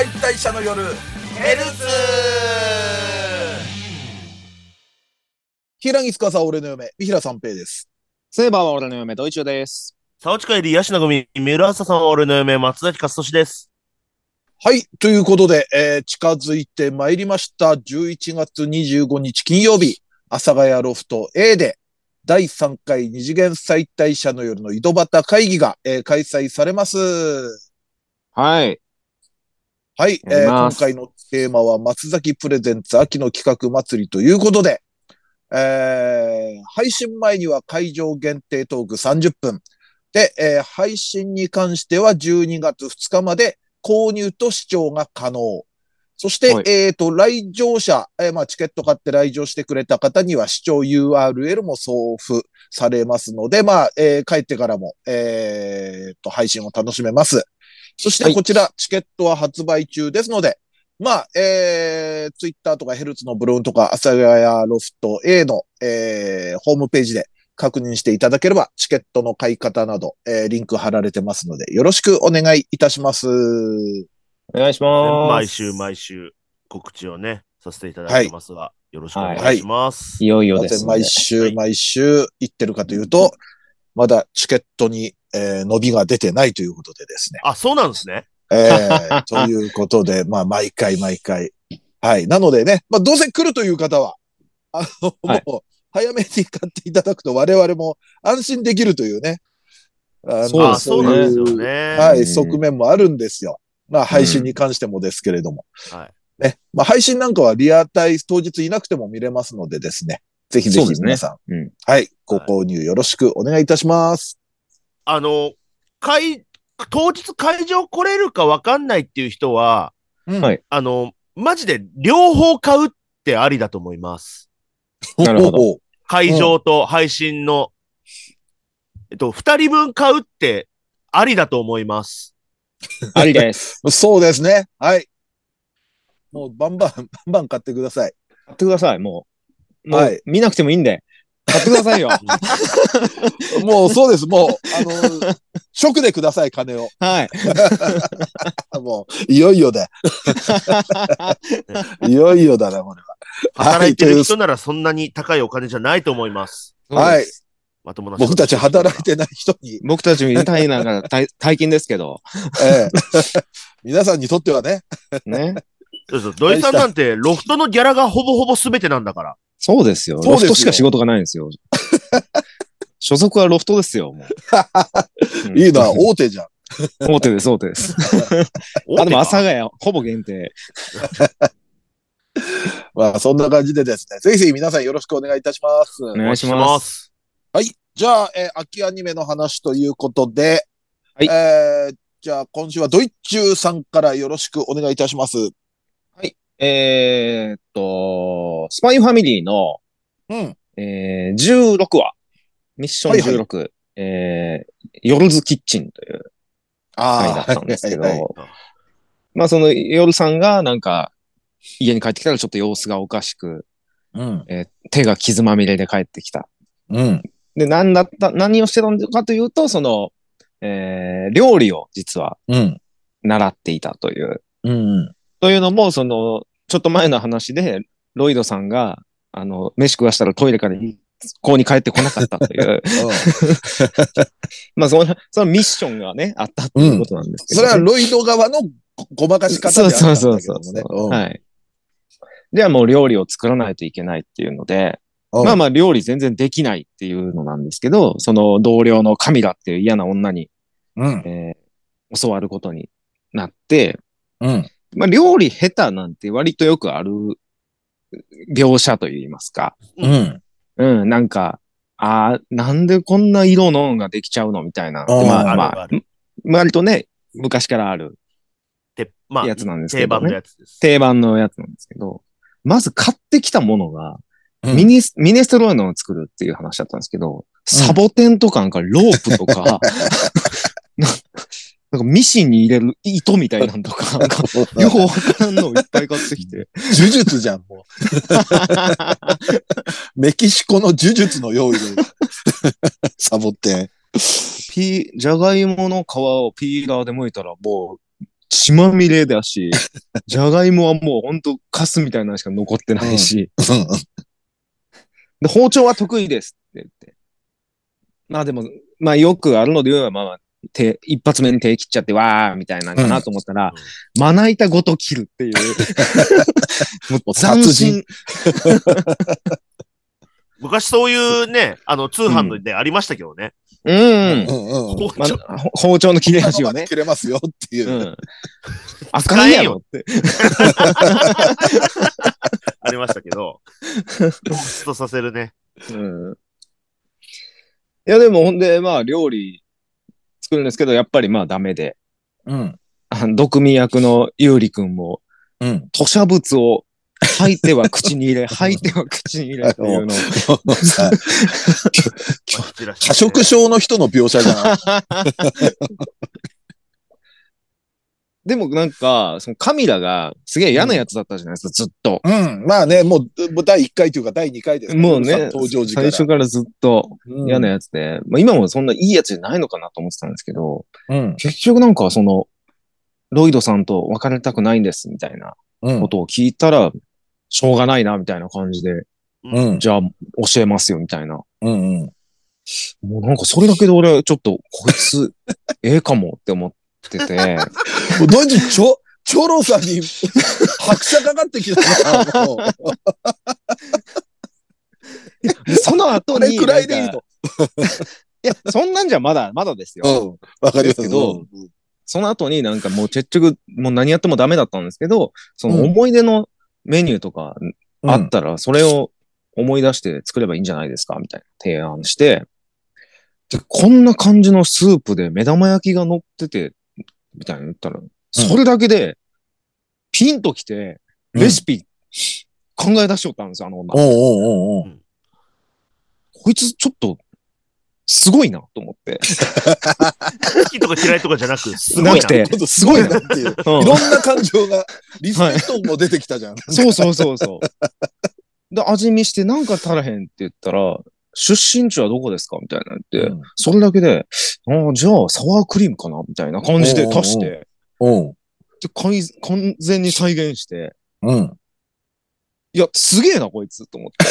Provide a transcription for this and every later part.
解体者の夜ヘルツ。 平木司俺の嫁、三平三平です。 セーバーは俺の嫁、ドイチューです。 沢地帰り、ヤシナゴミ、三浦朝さんは俺の嫁、松崎勝利です。 はい。ということで、近づいてまいりました。11月25日金曜日、阿佐ヶ谷ロフト A で、第3回二次元再退者の夜の井戸端会議が、開催されます。 はい。 はい。今回のテーマは、松崎プレゼンツ秋の企画祭りということで、配信前には会場限定トーク30分。で、配信に関しては12月2日まで購入と視聴が可能。そして、はい、来場者、チケット買って来場してくれた方には視聴 URL も送付されますので、帰ってからも、配信を楽しめます。そしてこちら、チケットは発売中ですので、ツイッターとかヘルツのブログとか、阿佐ヶ谷ロフト A の、ホームページで確認していただければ、チケットの買い方など、リンク貼られてますので、よろしくお願いいたします。 お願いします。毎週告知をね、させていただいてますが、よろしくお願いします。 いよいよですね。 毎週言ってるかというと、まだチケットに、伸びが出てないということでですね。 あ、そうなんですね。 ということで、毎回。はい。なのでね、どうせ来るという方は、もう、早めに買っていただくと我々も安心できるというね。 そうなんですよね。 はい、側面もあるんですよ。配信に関してもですけれども。 はい。 ね。配信なんかはリアタイ当日いなくても見れますのでですね。ぜひぜひ皆さん、はい、ご購入よろしくお願いいたします。 当日会場来れるか分かんないっていう人は、マジで両方買うってありだと思います。 なるほど。 会場と配信の、二人分買うってありだと思います。 ありです。 そうですね。はい。もうバンバン買ってください。 買ってください、もう見なくてもいいんで。買ってくださいよ。 もうそうです。もう、直でください、金を。 はい。 もう、いよいよだ。いよいよだな、これは。 働いてる人ならそんなに高いお金じゃないと思います。 はい。 まともな僕たち働いてない人に。 僕たちみたいな大金ですけど。 皆さんにとってはね。 ね。 土井さんなんてロフトのギャラがほぼほぼ全てなんだから。 そうですよ。ロフトしか仕事がないんですよ。所属はロフトですよ、もう。いいな、大手じゃん。 大手です。でも阿佐ヶ谷、ほぼ限定。 そんな感じでですね。ぜひぜひ皆さんよろしくお願いいたします。 お願いします。 はい。じゃあ、秋アニメの話ということで、 はい。 じゃあ今週はドイッチューさんからよろしくお願いいたします。 はい。スパイファミリーの、16話、ミッション16、夜ズキッチンという回だったんですけど、その夜さんがなんか、家に帰ってきたらちょっと様子がおかしく、手が傷まみれで帰ってきた。で、何をしてたのかというと、その、料理を実は、習っていたという。というのも、その、ちょっと前の話で、ロイドさんが、飯食わしたらトイレから一向に帰ってこなかったという。そのミッションがね、あったっていうことなんですけど、 それはロイド側のごまかし方であったんだけどもね。 はい。じゃあもう料理を作らないといけないっていうので、料理全然できないっていうのなんですけど、その同僚のカミラっていう嫌な女に、教わることになって、料理下手なんて割とよくある描写といいますか。なんか、なんでこんな色のができちゃうのみたいな。割とね、昔からあるやつなんですけど、ね。 定番のやつです。 定番のやつなんですけど、まず買ってきたものが、ミネストローネを作るっていう話だったんですけど、サボテンとかなんかロープとか、なんかミシンに入れる糸みたいなんとか、よくわからんのをいっぱい買ってきて。 呪術じゃん、もう。メキシコの呪術の用意で。サボテン。 じゃがいもの皮をピーラーで剥いたらもう、 血まみれだし、じゃがいもはもうほんとカスみたいなのしか残ってないし、で包丁は得意ですって言って。まあでも、まあよくあるので言えば、まあ、一発目に手切っちゃってわーみたいなんかなと思ったら、まな板ごと切るっていう。もう斬新。 昔そういうね、通販でありましたけどね。 包丁の切れ味をね。 切れますよっていう。 あかんやろって。 ありましたけど。彷彿とさせるね。 いやでもほんで、まあ料理作るんですけど、やっぱりまあダメで。毒味役のゆうりくんも、吐砂物を吐いては口に入れ、吐いては口に入れっていうのを。 過食症の人の描写じゃないでもなんか、そのカミラがすげえ嫌なやつだったじゃないですか、ずっと。 まあね、もう第1回というか第2回ですもうね、最初からずっと嫌なやつで、まあ今もそんないいやつじゃないのかなと思ってたんですけど、結局なんかその、ロイドさんと別れたくないんですみたいなことを聞いたら、しょうがないなみたいな感じで、じゃあ教えますよみたいな。もうなんかそれだけで俺はちょっとこいつええかもって思ってて。 何チョロさんに拍車かかってきたな、もう。その後に。 これくらいでいいの。 いや、そんなんじゃまだですよ。 わかりますけど、その後になんかもう結局、もう何やってもダメだったんですけど、その思い出のメニューとかあったら、それを思い出して作ればいいんじゃないですかみたいな提案して、で、こんな感じのスープで目玉焼きが乗ってて、みたいな言ったら、それだけで、ピンときて、レシピ考え出しよったんですよ、あの女。こいつちょっと、すごいなと思って。 好きとか嫌いとかじゃなく、すごいな。 すごいなっていう。いろんな感情が、リスペクトも出てきたじゃん。 そうそうそうそう。で、味見してなんか足らへんって言ったら、出身地はどこですかみたいな言って、それだけで、じゃあサワークリームかなみたいな感じで足して、で完全に再現して、いや、すげえな、こいつ、と思って。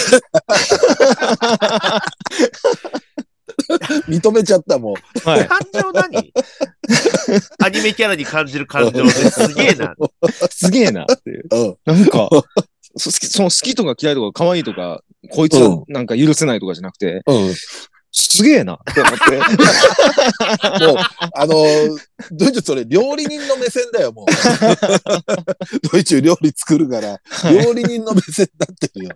認めちゃった、もう。 感情何アニメキャラに感じる感情ですげえな。 すげえなっていう。なんか、その好きとか嫌いとか可愛いとか、こいつはなんか許せないとかじゃなくて、すげえなって思って。 もう、ドイツそれ料理人の目線だよ、もう。ドイツ料理作るから、料理人の目線になってるよ。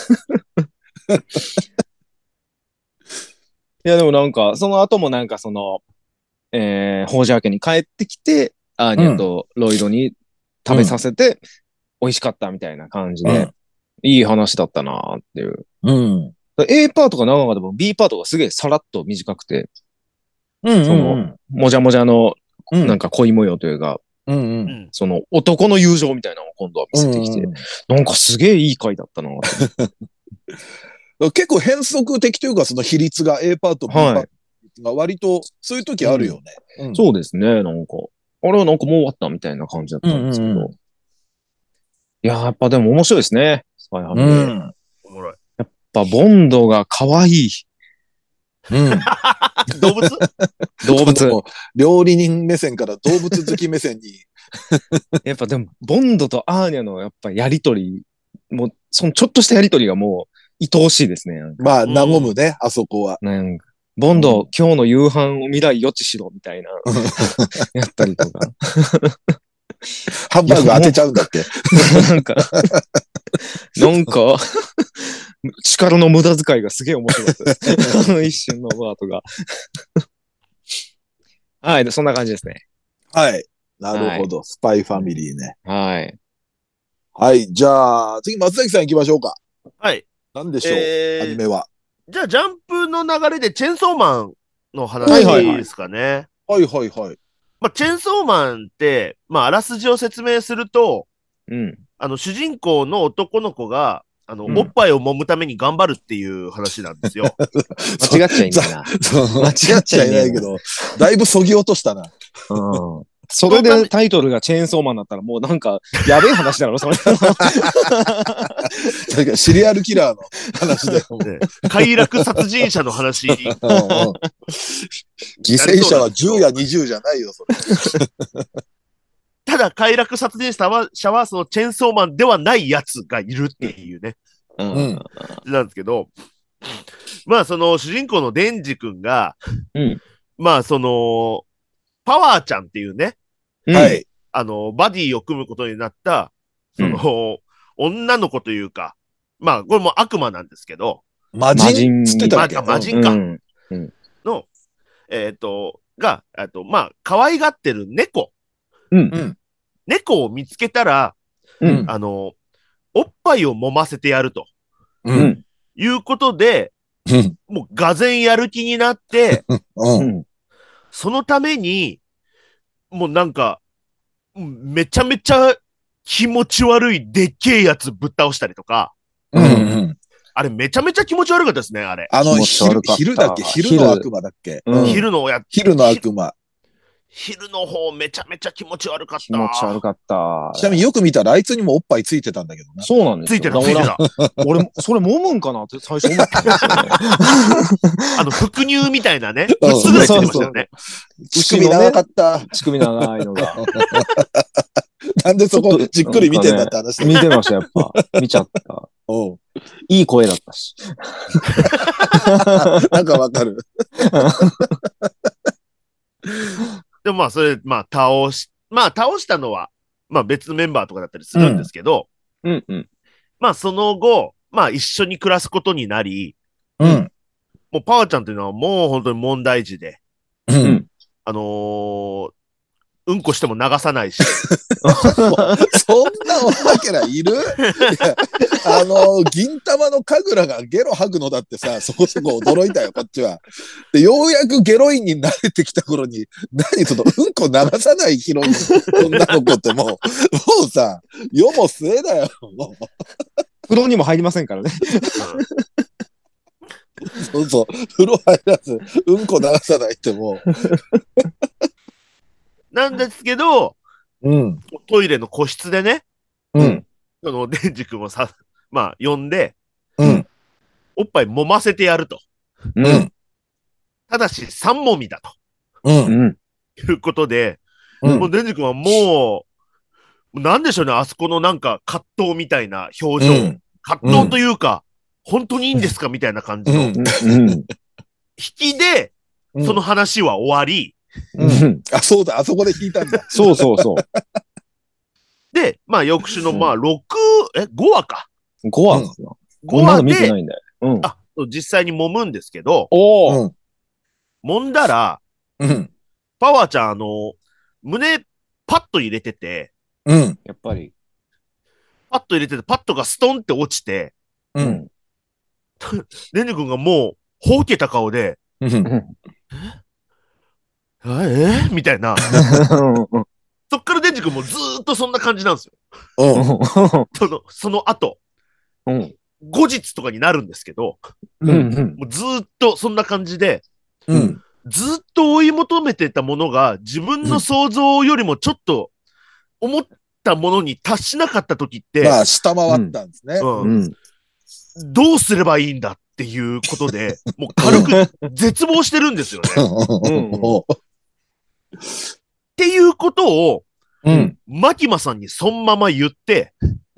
いや、でもなんか、その後もなんかその、ホージャー家に帰ってきて、アーニャとロイドに食べさせて、美味しかったみたいな感じで、いい話だったなっていう。A パートが長かった分 B パートがすげえさらっと短くて、その、もじゃもじゃの、なんか恋模様というか、その男の友情みたいなのを今度は見せてきて、なんかすげえいい回だったな結構変則的というか、その比率が A パート、B パートが割とそういう時あるよね。 そうですね、なんか。あれはなんかもう終わったみたいな感じだったんですけど。いや、やっぱでも面白いですね。スパイファミリー。 おもろい。 やっぱボンドが可愛い。 動物動物。 料理人目線から動物好き目線に。 やっぱでも、ボンドとアーニャのやっぱやりとり、もう、そのちょっとしたやりとりがもう、愛おしいですね。 まあ、和むね、あそこは。 なんかボンド、今日の夕飯を未来予知しろ、みたいな、やったりとか。 ハンバーグ当てちゃうんだって。 なんか、力の無駄遣いがすげえ面白かったです。一瞬のワードが。はい、そんな感じですね。 はい。なるほど。スパイファミリーね。 はい。 はい。じゃあ、次、松崎さん行きましょうか。 はい。 何でしょう、アニメは。 じゃあ、ジャンプの流れでチェンソーマンの話ですかね。 はいはいはい。 まあ、チェンソーマンって、まあ、あらすじを説明すると、主人公の男の子が、おっぱいを揉むために頑張るっていう話なんですよ。 間違っちゃいないな。 間違っちゃいないけど、だいぶそぎ落としたな。 それでタイトルがチェーンソーマンだったらもうなんか、やべえ話だろ、それ。 確かにシリアルキラーの話だよ。 快楽殺人者の話。 犠牲者は10や20じゃないよ、それ。 ただ、快楽殺人者はそのチェーンソーマンではないやつがいるっていうね。なんですけど、まあ、その主人公のデンジ君が、まあ、その、パワーちゃんっていうね、 はい。 バディを組むことになった、その、女の子というか、まあ、これも悪魔なんですけど、 魔人つってたっけ？ 魔人か。の、が、まあ、可愛がってる猫。猫を見つけたら、おっぱいを揉ませてやると。いうことで、もう、がぜんやる気になって、そのために、もうなんか、めちゃめちゃ気持ち悪いでっけえやつぶっ倒したりとか、あれめちゃめちゃ気持ち悪かったですね、あれ。 昼だっけ？昼の悪魔だっけ？ 昼の悪魔。 昼の方めちゃめちゃ気持ち悪かった。 気持ち悪かった。 ちなみによく見たらあいつにもおっぱいついてたんだけどね。 そうなんですよ。 ついてた。 俺、それ揉むんかなって最初思ったんですよね。 伏乳みたいなね。すぐついてましたよね。 乳首長かった。 乳首長いのが。 なんでそこじっくり見てんだって話。 見てました、やっぱ。見ちゃった。いい声だったし。 なんかわかる。 でもまあ、それ、倒したのは、まあ別のメンバーとかだったりするんですけど、まあその後、まあ一緒に暮らすことになり、もうパワーちゃんというのはもう本当に問題児で、うんこしても流さないし。 そんなわけないる？銀玉の神楽がゲロ吐くのだってさ、そこそこ驚いたよ、こっちは。で、ようやくゲロインに慣れてきた頃に、何その、うんこ流さないヒロイン、女の子ってもうさ、世も末だよ、もう。 風呂にも入りませんからね。 そうそう、風呂入らず、うんこ流さないってもう。 なんですけど、トイレの個室でね、そのデンジ君を呼んで、おっぱい揉ませてやると。ただし、3揉みだと。いうことで、もうデンジ君はもう、なんでしょうね、あそこのなんか葛藤みたいな表情。葛藤というか、本当にいいんですかみたいな感じの。引きで、その話は終わり、 あ、そうだ、あそこで引いたんだ。 そうそうそう。 で、まあ、翌週の、5話か。 5話かな。 5話で、 見てないんだよ。 実際に揉むんですけど、 揉んだら、パワーちゃん、胸、パッと入れてて、 やっぱり。 パッと入れてて、パッとがストンって落ちて、デンジ君がもう、ほうけた顔で、みたいな。そっからデンジ君もずーっとそんな感じなんですよ。その後、後日とかになるんですけど、もうずーっとそんな感じで、ずっと追い求めてたものが自分の想像よりもちょっと思ったものに達しなかった時って、 まあ、下回ったんですね。 どうすればいいんだっていうことで、もう軽く絶望してるんですよね。っていうことを、マキマさんにそんまま言って、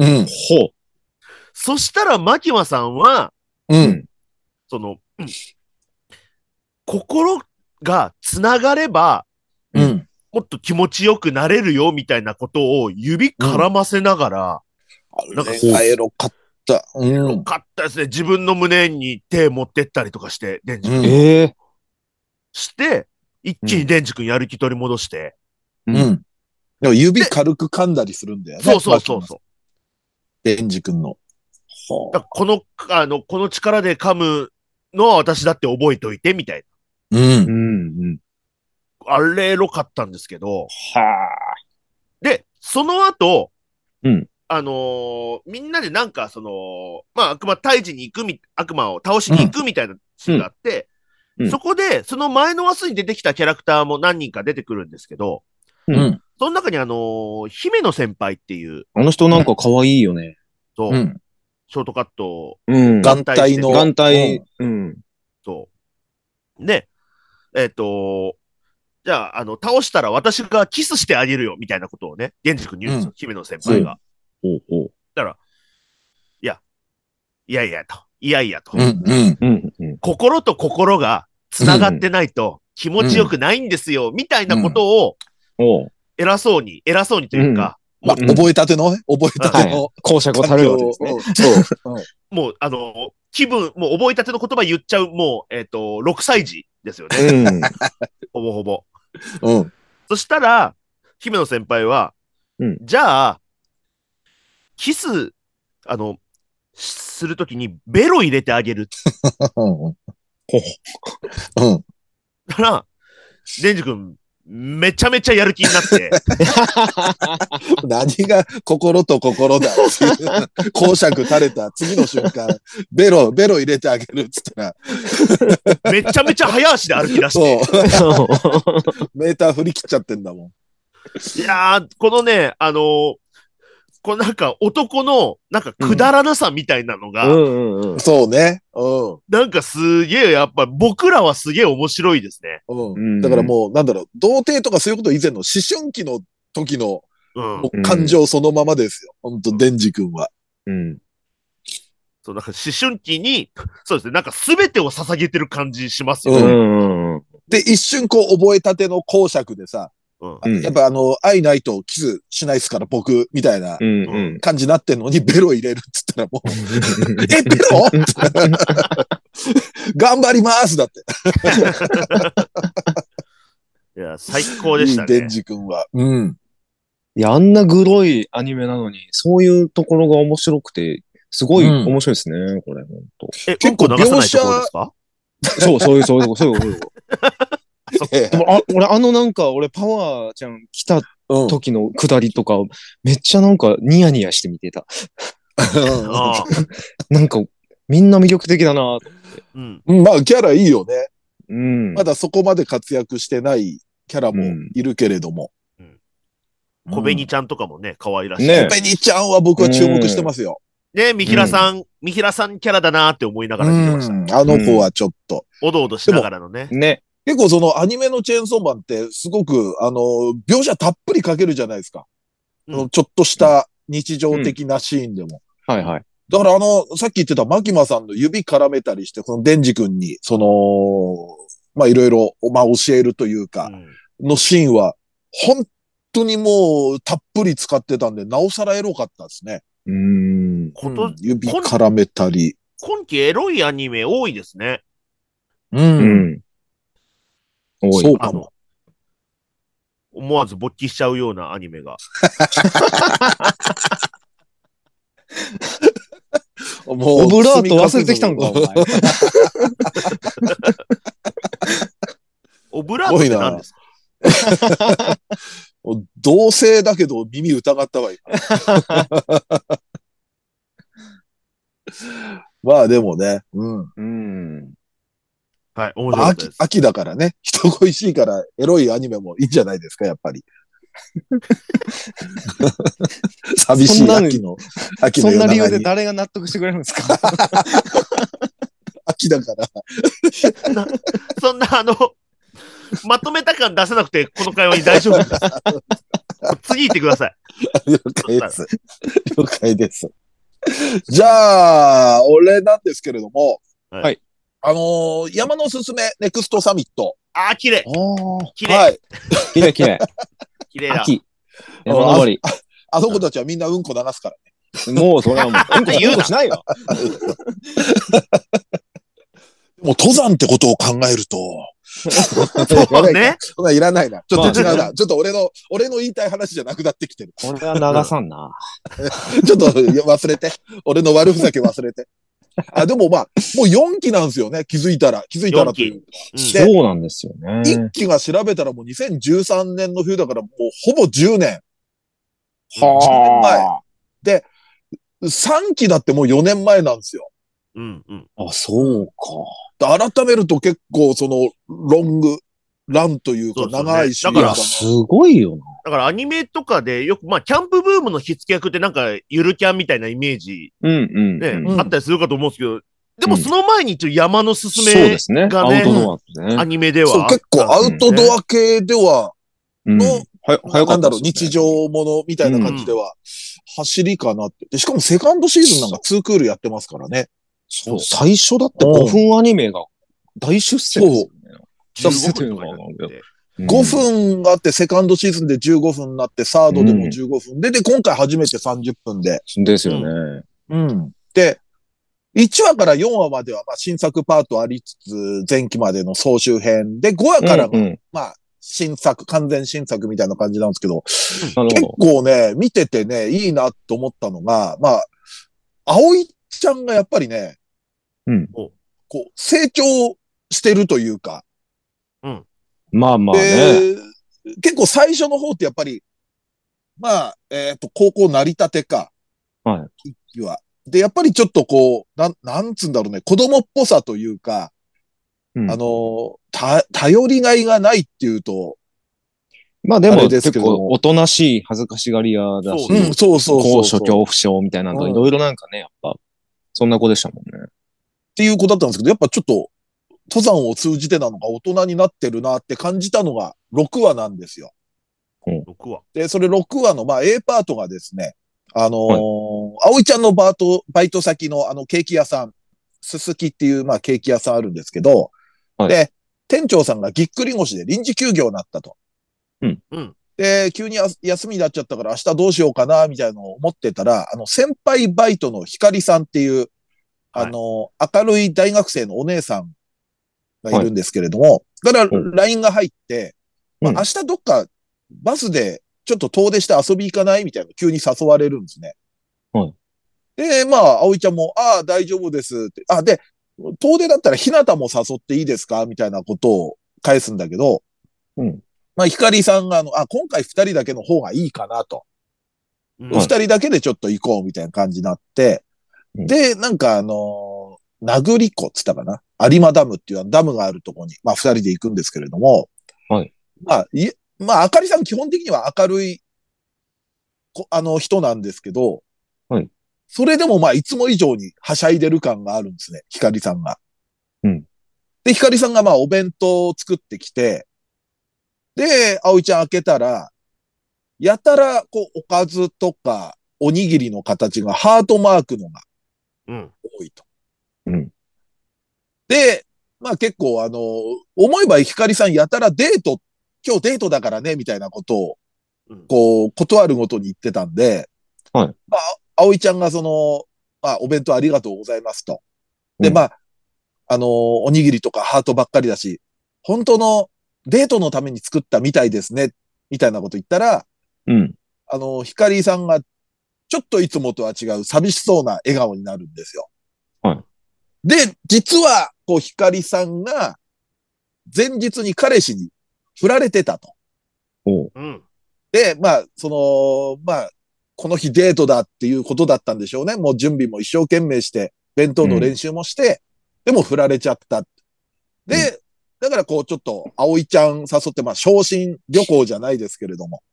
そしたらマキマさんは、その、心がつながれば、もっと気持ちよくなれるよみたいなことを指絡ませながら、 なんかエロかった。 エロかったですね。自分の胸に手持ってったりとかして、デンジ君。して、一気にデンジ君やる気取り戻して。 でも指軽く噛んだりするんだよね。 そう。 デンジ君の。 この力で噛むのは私だって覚えておいて、みたいな。あれエロかったんですけど。で、その後、みんなでなんか悪魔退治に行く悪魔を倒しに行くみたいなシーンがあって、そこで、その前の話に出てきたキャラクターも何人か出てくるんですけど、 その中に姫野先輩っていう。 あの人なんか可愛いよね。 そう。ショートカット。 眼帯の。 眼帯。 そう。で、じゃあ、倒したら私がキスしてあげるよ、みたいなことをね、玄司君に言うんですよ、姫野先輩が。だから、いやいやと。心と心が繋がってないと気持ちよくないんですよ、みたいなことを、偉そうにというか、 覚えたての講釈をされるわけですね。 もう、気分、もう覚えたての言葉言っちゃう、もう、6歳児ですよね。ほぼほぼ。そしたら、姫野先輩は、じゃあ、キス、するときにベロ入れてあげる。だから、デンジ君、めちゃめちゃやる気になって。 何が心と心だ。講釈垂れた次の瞬間、ベロ入れてあげるっつったら。 めちゃめちゃ早足で歩き出して。 メーター振り切っちゃってんだもん。 いやー、このね、このなんか男のなんかくだらなさみたいなのが、 そうね。 なんかすげえ、やっぱ僕らはすげえ面白いですね。 だからもう、なんだろう、童貞とかそういうこと以前の思春期の時の、感情そのままですよ。本当デンジ君は。 そう、なんか思春期に、そうですね、なんか全てを捧げてる感じしますよね。 で、一瞬こう覚えたての講釈でさ、やっぱ愛ないとキスしないっすから僕、みたいな感じになってんのにベロ入れるっつったらもう、ベロ頑張りますだって。 いや、最高でしたね。 デンジ君は。 いや、あんなグロいアニメなのに、そういうところが面白くて、すごい面白いですね、これ、ほんと。 結構流さないところですか？ そういう。俺なんか、パワーちゃん来た時のくだりとか、めっちゃなんかニヤニヤして見てた。なんか、みんな魅力的だなと思って。 まあ、キャラいいよね。まだそこまで活躍してないキャラもいるけれども。 小紅ちゃんとかもね、可愛らしい。 小紅ちゃんは僕は注目してますよ。 ね、三平さんキャラだなって思いながら見てました。 あの子はちょっと。 おどおどしながらのね。 結構そのアニメのチェーンソーマンってすごく、描写たっぷりかけるじゃないですか。ちょっとした日常的なシーンでも。 はいはい。 だからさっき言ってたマキマさんの指絡めたりして、このデンジ君に、まあいろいろ、まあ教えるというか、のシーンは、本当にもうたっぷり使ってたんで、なおさらエロかったですね。指絡めたり。 今期エロいアニメ多いですね。 そうかも。 思わず勃起しちゃうようなアニメが。 もうオブラート忘れてきたんか、お前。 オブラートって何ですか？ 同性だけど耳疑ったわ、今。まあでもね、 はい、面白いです。 秋だからね、人恋しいからエロいアニメもいいんじゃないですか、やっぱり。寂しい秋のそんな理由で誰が納得してくれるんですか？ 秋だから。 そんなまとめた感出せなくて、この会話に大丈夫です。次行ってください。 了解です。了解です。じゃあ、俺なんですけれども、 はい。 山のすすめネクストサミット。 綺麗。 綺麗。はい。 綺麗。 綺麗だ。 秋。山登り。 あの子たちはみんなうんこ流すからね。もう、それはもう、うんこしないよ。 もう登山ってことを考えると。 そうね。 そんないらないな。ちょっと違うな。ちょっと俺の言いたい話じゃなくなってきてる。 これは流さんな。 ちょっと忘れて。俺の悪ふざけ忘れて。でもまあ、もう4期なんですよね。気づいたらという。 そうなんですよね。 1期が調べたらもう2013年の冬だからもうほぼ10年。 10 年前。で、3期だってもう4年前なんですよ。 あ、そうか。改めると結構そのロングランというか長いシリーズだからすごいよな。 だからアニメとかでよく、まあ、キャンプブームの火付け役ってなんか、ゆるキャンみたいなイメージ、ね、あったりするかと思うんですけど、でもその前に山のすすめがね、 そうですね。アウトドアってね。 アニメでは。 そう、結構アウトドア系では、なんだろう、日常ものみたいな感じでは、走りかなって。で、しかもセカンドシーズンなんか2クールやってますからね。 そう、最初だって5分アニメが大出世ですよね。 15分とか 5分があって、セカンドシーズンで15分になって、サードでも15分で、で、今回初めて30分で。 ですよね。 で、1話から4話までは、まあ、新作パートありつつ、前期までの総集編で、5話からまあ、新作、完全新作みたいな感じなんですけど、結構ね、見ててね、いいなと思ったのが、まあ、葵ちゃんがやっぱりね、こう、成長してるというか、 まあまあね。 結構最初の方ってやっぱり、まあ、高校成り立てか。 はい。 で、やっぱりちょっとこう、なんつうんだろうね、子供っぽさというか、頼りがいがないっていうと、 まあでも結構おとなしい恥ずかしがり屋だし、 そう高所恐怖症みたいなのいろいろなんかね、やっぱ、そんな子でしたもんね。 っていう子だったんですけど、やっぱちょっと、登山を通じてなのか大人になってるなって感じたのが6話なんですよ。 6話。 で、それ6話の、まあ A パートがですね、葵ちゃんのバイト先のケーキ屋さん、すすきっていうまあケーキ屋さんあるんですけど、で、店長さんがぎっくり腰で臨時休業になったと。で、急に休みになっちゃったから明日どうしようかな、みたいなのを思ってたら、先輩バイトのひかりさんっていう、明るい大学生のお姉さんがいるんですけれども、だから LINE が入って、まあ、明日どっかバスでちょっと遠出して遊び行かないみたいな急に誘われるんですね。で、まあ、葵ちゃんも、ああ、大丈夫ですって。で、遠出だったらひなたも誘っていいですかみたいなことを返すんだけど、まあ、ひかりさんが今回2人だけの方がいいかなと。2人だけでちょっと行こうみたいな感じになって、で、なんか殴り子っつったかな有馬ダムっていうダムがあるところに、まあ、2人で行くんですけれども、まあ、あかりさん基本的には明るい、人なんですけど、それでもまあ、いつも以上にはしゃいでる感があるんですね、ひかりさんが。で、ひかりさんがまあ、お弁当を作ってきて、で、葵ちゃん開けたら、やたら、こう、おかずとか、おにぎりの形がハートマークのが、多いと。で、まあ結構思えばひかりさんやたら今日デートだからね、みたいなことを、こう、断るごとに言ってたんで、まあ、葵ちゃんがまあ、お弁当ありがとうございますと。で、まあ、おにぎりとかハートばっかりだし、本当のデートのために作ったみたいですね、みたいなこと言ったら、ひかりさんが、ちょっといつもとは違う寂しそうな笑顔になるんですよ。で、実は、こう、ひかりさんが、前日に彼氏に振られてたと。で、まあ、まあ、この日デートだっていうことだったんでしょうね。もう準備も一生懸命して、弁当の練習もして、でも振られちゃった。で、だからこう、ちょっと、葵ちゃん誘って、まあ、昇進旅行じゃないですけれども。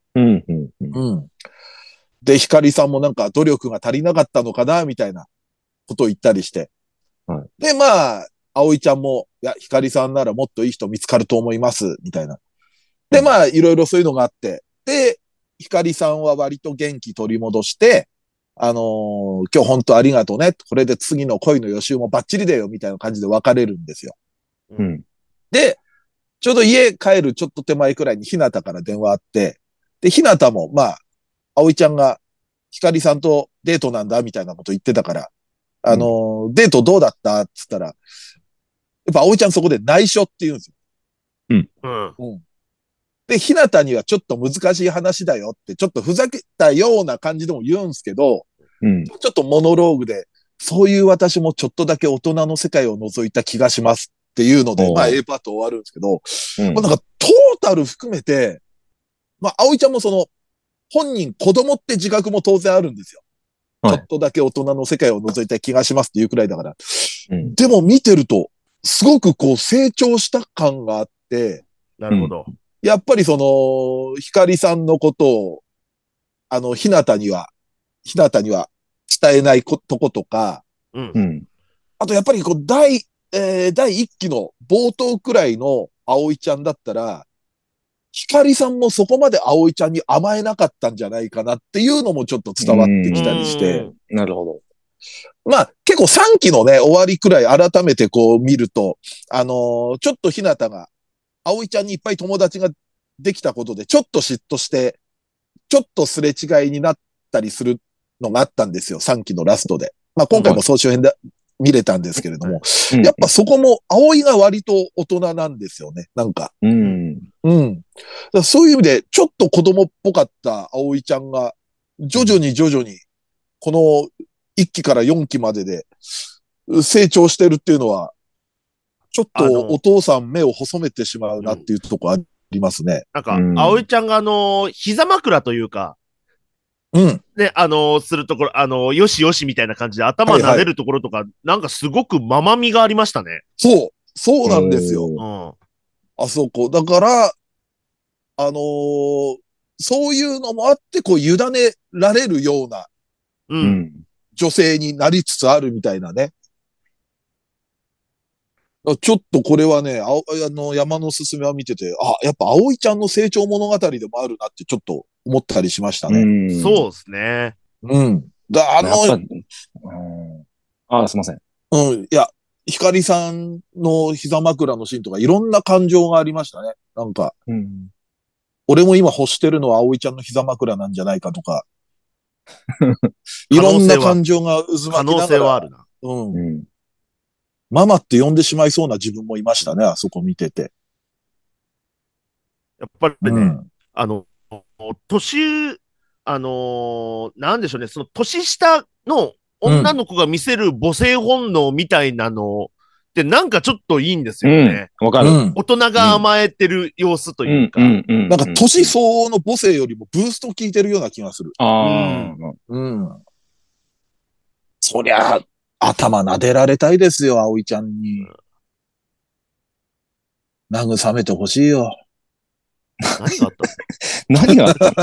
で、ひかりさんもなんか努力が足りなかったのかな、みたいなことを言ったりして。で、まあ、葵ちゃんも、いや、ひかりさんならもっといい人見つかると思います、みたいな。で、まあ、いろいろそういうのがあって、で、ひかりさんは割と元気取り戻して、今日本当ありがとうね。これで次の恋の予習もバッチリだよ、みたいな感じで別れるんですよ。で、ちょうど家帰るちょっと手前くらいにひなたから電話あって、で、ひなたも、まあ、葵ちゃんが、ひかりさんとデートなんだ、みたいなこと言ってたから、デートどうだったって言ったら、やっぱ葵ちゃんそこで内緒って言うんですよ。で、ひなたにはちょっと難しい話だよって、ちょっとふざけたような感じでも言うんですけど、ちょっとモノローグで、そういう私もちょっとだけ大人の世界を覗いた気がしますっていうので、まあ A パート終わるんですけど、まあ、なんかトータル含めて、まあ葵ちゃんも本人子供って自覚も当然あるんですよ。ちょっとだけ大人の世界を覗いた気がしますっていうくらいだから。でも見てると、すごくこう成長した感があって、 なるほど。 やっぱりひかりさんのことを、ひなたには伝えないとことか、 うん。 あとやっぱり第一期の冒頭くらいの葵ちゃんだったら、ひかりさんもそこまで葵ちゃんに甘えなかったんじゃないかなっていうのもちょっと伝わってきたりして。 なるほど。 まあ結構3期のね、終わりくらい改めてこう見ると、ちょっとひなたが、葵ちゃんにいっぱい友達ができたことで、ちょっと嫉妬して、ちょっとすれ違いになったりするのがあったんですよ、3期のラストで。まあ今回も総集編で見れたんですけれども、やっぱそこも葵が割と大人なんですよね、なんか。うん。そういう意味で、ちょっと子供っぽかった葵ちゃんが、徐々に、この1期から4期までで成長してるっていうのは、ちょっとお父さん目を細めてしまうなっていうとこありますね。 なんか、葵ちゃんが膝枕というか、ね、するところ、よしよしみたいな感じで頭撫でるところとか、なんかすごくままみがありましたね。 そうなんですよ。あそこ。だから、そういうのもあって、こう、委ねられるような、女性になりつつあるみたいなね。ちょっとこれはね、山のすすめは見てて、やっぱ葵ちゃんの成長物語でもあるなってちょっと思ったりしましたね。 そうですね。 すいません。 いや、ひかりさんの膝枕のシーンとかいろんな感情がありましたね。なんか、俺も今欲してるのは葵ちゃんの膝枕なんじゃないかとか、いろんな感情が渦巻きながら。可能性はあるな。ママって呼んでしまいそうな自分もいましたね、あそこ見てて。 やっぱりね、なんでしょうね、その年下の女の子が見せる母性本能みたいなのってなんかちょっといいんですよね。 わかる。 大人が甘えてる様子というか。 なんか年相応の母性よりもブースト効いてるような気がする。そりゃ、頭撫でられたいですよ、葵ちゃんに。慰めてほしいよ。 何があったの何があった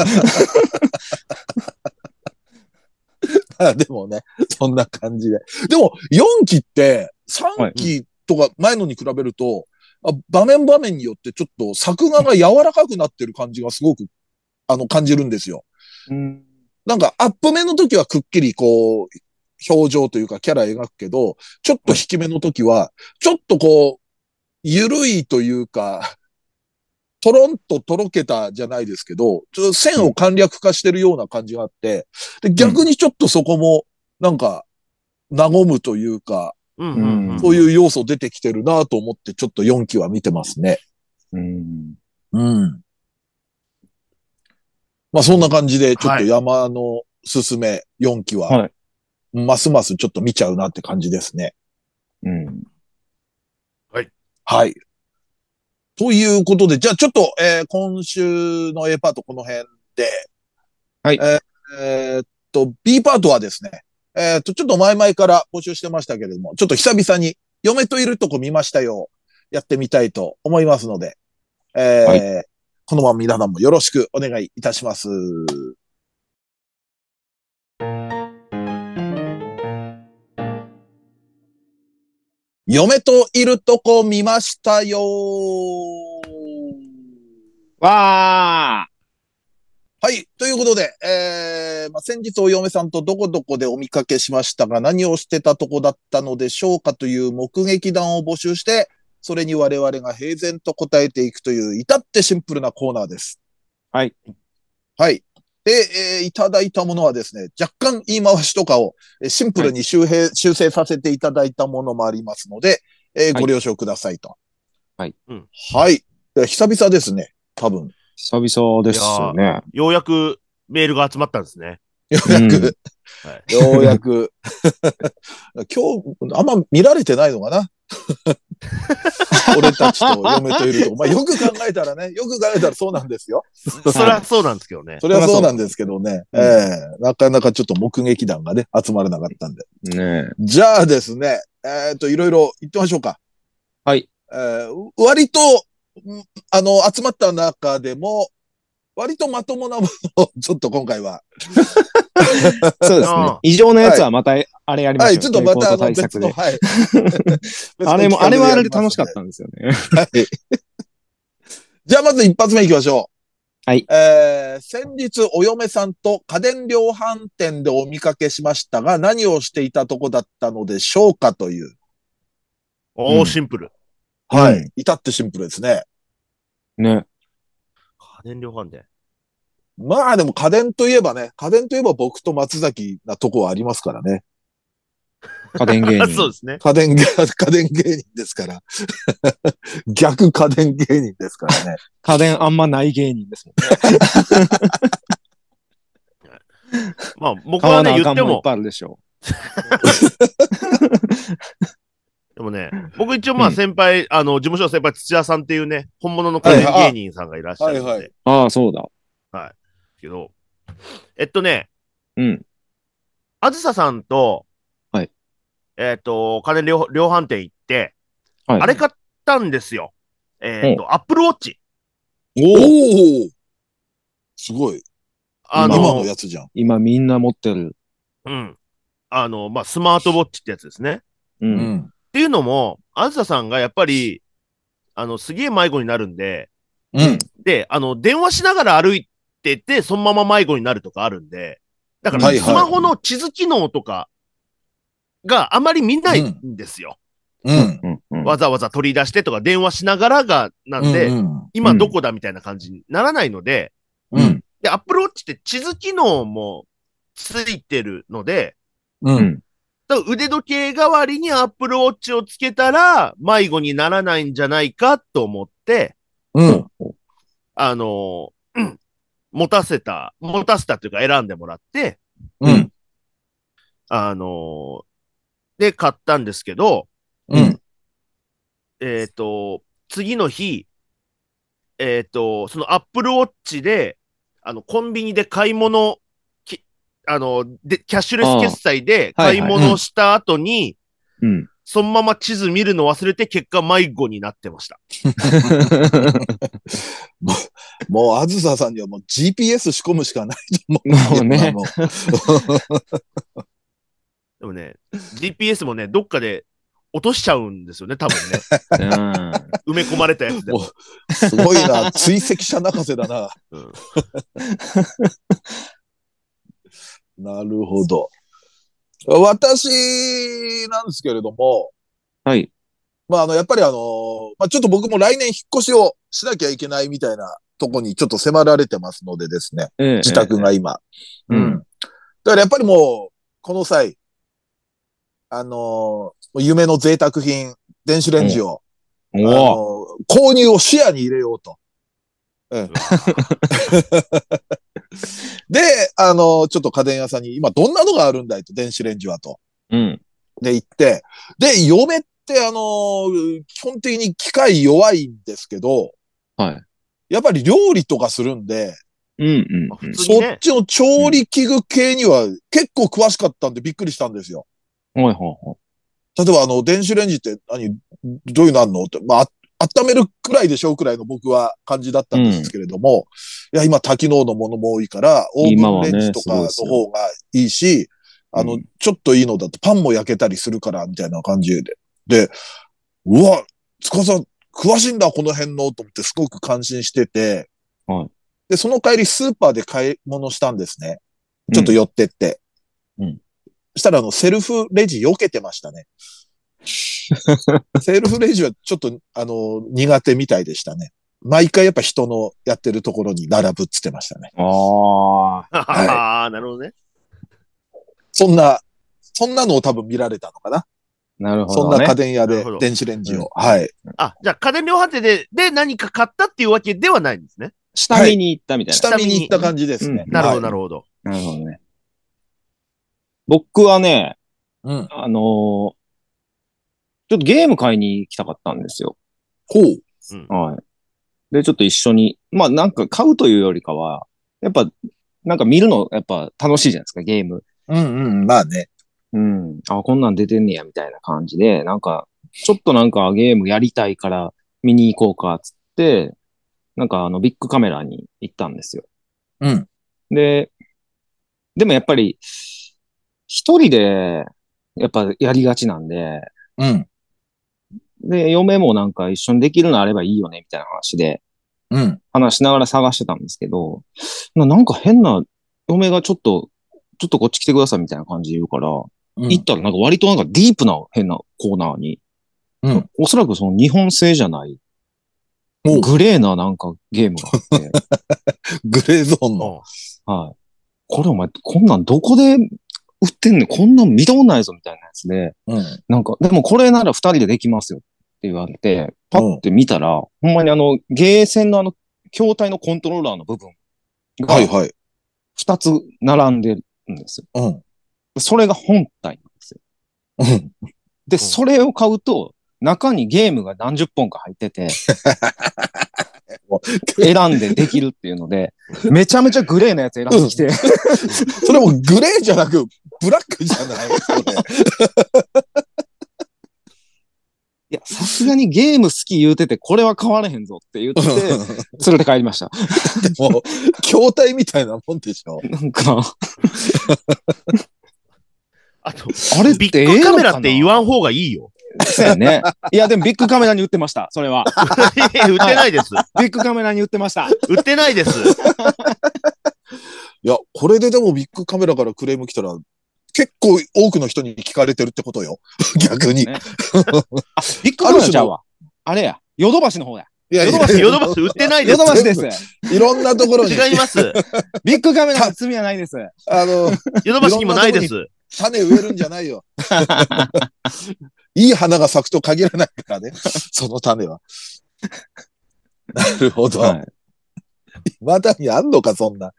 のでもね、そんな感じで。でも、4期って、3期とか前のに比べると、場面場面によってちょっと作画が柔らかくなってる感じがすごく、感じるんですよ。なんか、アップ目の時はくっきりこう、表情というかキャラ描くけど、ちょっと引き目の時は、ちょっとこう、ゆるいというか、トロンととろけたじゃないですけど、ちょっと線を簡略化してるような感じがあって、で逆にちょっとそこも、なんか、和むというか、そういう要素出てきてるなと思って、ちょっと4期は見てますね。まあそんな感じで、ちょっと山のすすめ4期は、ますますちょっと見ちゃうなって感じですね。はい。ということで、じゃあちょっと、今週の A パートこの辺で、B パートはですね、ちょっと前々から募集してましたけれども、ちょっと久々に嫁といるとこ見ましたよ、やってみたいと思いますので、このまま皆さんもよろしくお願いいたします。嫁といるとこ見ましたよわーはい。ということで、先日お嫁さんとどこどこでお見かけしましたが、何をしてたとこだったのでしょうかという目撃談を募集して、それに我々が平然と答えていくという、至ってシンプルなコーナーです。 はい。 はい。で、いただいたものはですね、若干言い回しとかをシンプルに修正させていただいたものもありますので、ご了承くださいと。 はい。 はい。久々ですね、多分。 久々ですよね。 ようやくメールが集まったんですね。 ようやく。ようやく。今日、あんま見られてないのかな俺たちと嫁といるとこ。まあ、よく考えたらそうなんですよ。 そりゃそうなんですけどね。 それはそうなんですけどね。なかなかちょっと目撃談がね、集まらなかったんで。じゃあですね、いろいろ言ってみましょうか。 はい。 割と集まった中でも、割とまともなものを、ちょっと今回は。 そうですね。異常なやつはまた、あれやりましょう。はい、 ちょっとまた別の、はい。 あれはあれで楽しかったんですよね。はい。 じゃあまず一発目行きましょう。はい。 先日お嫁さんと家電量販店でお見かけしましたが、何をしていたとこだったのでしょうかという。 シンプル。 はい。至ってシンプルですね。 ね。 家電量販店。 まあでも家電といえば僕と松崎なとこはありますからね。 家電芸人。 そうですね。 家電芸人ですから。逆家電芸人ですからね。 家電あんまない芸人ですもんね。まあ僕はね、言っても。 いっぱいあるでしょう。 でもね、僕一応まあ先輩、事務所の先輩土屋さんっていうね、本物の家電芸人さんがいらっしゃるので。はいはい、 ああ、そうだ。 はい。けど、あずささんと、 はい。 家電量販店行って、はい、あれ買ったんですよ。アップルウォッチ。 おおすごい。今のやつじゃん。 今みんな持ってる。 うん。まあ、スマートウォッチってやつですね。 うん。 っていうのも、あずささんがやっぱり、すげえ迷子になるんで、 うん。 で、電話しながら歩いてて、そのまま迷子になるとかあるんで、だから、スマホの地図機能とかがあまり見ないんですよ。 うん。 わざわざ取り出してとか電話しながらが、なんで、今どこだみたいな感じにならないので、で、Apple Watch って地図機能もついてるので、腕時計代わりに Apple Watch をつけたら迷子にならないんじゃないかと思って、持たせたというか選んでもらって、で、買ったんですけど、次の日、そのアップルウォッチで、コンビニで買い物、キャッシュレス決済で買い物した後に、そのまま地図見るの忘れて結果迷子になってました。 もう、あずささんにはもう GPS 仕込むしかないと思う。 もうね。 でもね、GPS もね、どっかで落としちゃうんですよね、多分ね。埋め込まれたやつでも。 すごいな、追跡者泣かせだな。なるほど。私なんですけれども、 はい。 まあ、やっぱりまあ、ちょっと僕も来年引っ越しをしなきゃいけないみたいなとこにちょっと迫られてますのでですね。自宅が今。だからやっぱりもう、この際、夢の贅沢品、電子レンジを、購入を視野に入れようと。で、ちょっと家電屋さんに、今どんなのがあるんだいと、電子レンジはと。で、行って、で、嫁って、基本的に機械弱いんですけど、やっぱり料理とかするんで、そっちの調理器具系には結構詳しかったんでびっくりしたんですよ。例えば電子レンジってどういうのあんのって、まあ、温めるくらいでしょうくらいの僕は感じだったんですけれども、いや、今多機能のものも多いから、オーブンレンジとかの方がいいし、ちょっといいのだとパンも焼けたりするから、みたいな感じで。で、うわ、つかさん、詳しいんだ、この辺の、と思ってすごく感心してて、で、その帰りスーパーで買い物したんですね。ちょっと寄ってって。したらセルフレジ避けてましたね。セルフレジはちょっと、苦手みたいでしたね。毎回やっぱ人のやってるところに並ぶっつってましたね。 はい、なるほどね。 そんなのを多分見られたのかな。 なるほど、 ね。そんな家電屋で電子レンジを。はい。 じゃあ家電量販店で何か買ったっていうわけではないんですね。 下見に行ったみたいな。 下見に行った感じですね。 なるほど、なるほど。 なるほどね。僕はね、ちょっとゲーム買いに行きたかったんですよ。 ほう。はい。で、ちょっと一緒に、まあなんか買うというよりかは、やっぱ、なんか見るのやっぱ楽しいじゃないですか、ゲーム。 まあね。 こんなん出てんねや、みたいな感じで、なんか、ちょっとなんかゲームやりたいから見に行こうか、つっ 、なんかビッグカメラに行ったんですよ。 うん。 でもやっぱり、一人で、やっぱやりがちなんで、 うん。 で、嫁もなんか一緒にできるのあればいいよね、みたいな話で、 うん。 話しながら探してたんですけど、なんか変な、嫁がちょっとこっち来てくださいみたいな感じで言うから、 うん。 行ったらなんか割となんかディープな変なコーナーに、 うん。 おそらくその日本製じゃない、グレーななんかゲームがあって、 グレーゾーンの。 はい。これお前、こんなんどこで売ってんねん、こんなん見たことないぞみたいなやつで、 うん。 なんか、でもこれなら二人でできますよって言われて、パッて見たら、ほんまにゲーセンの筐体のコントローラーの部分が、 はいはい。 二つ並んでるんですよ。 うん。 それが本体なんですよ。 うん。 で、それを買うと、中にゲームが何十本か入ってて、選んでできるっていうので、めちゃめちゃグレーなやつ選んできて、 それもグレーじゃなく、ブラックじゃないそれ。 いや、さすがにゲーム好き言うてて、これは買われへんぞって言って、連れて帰りました。 でも、筐体みたいなもんでしょ。 なんか、 あと、あれビッグカメラって言わん方がいいよ。 そうやね。いや、でもビッグカメラに売ってました、それは。 売ってないです。 ビッグカメラに売ってました。 売ってないです。 いや、これででもビッグカメラからクレーム来たら、結構多くの人に聞かれてるってことよ。逆に。 ね、ビッグカメラちゃうわ。あれや。ヨドバシの方や。 ヨドバシ売ってないです。 ヨドバシです。 いろんなところに。 違います。 ビッグカメラの罪はないです。 ヨドバシにもないです。 種植えるんじゃないよ。いい花が咲くと限らないからね。その種は。なるほど。はい、まだにあんのか、そんな。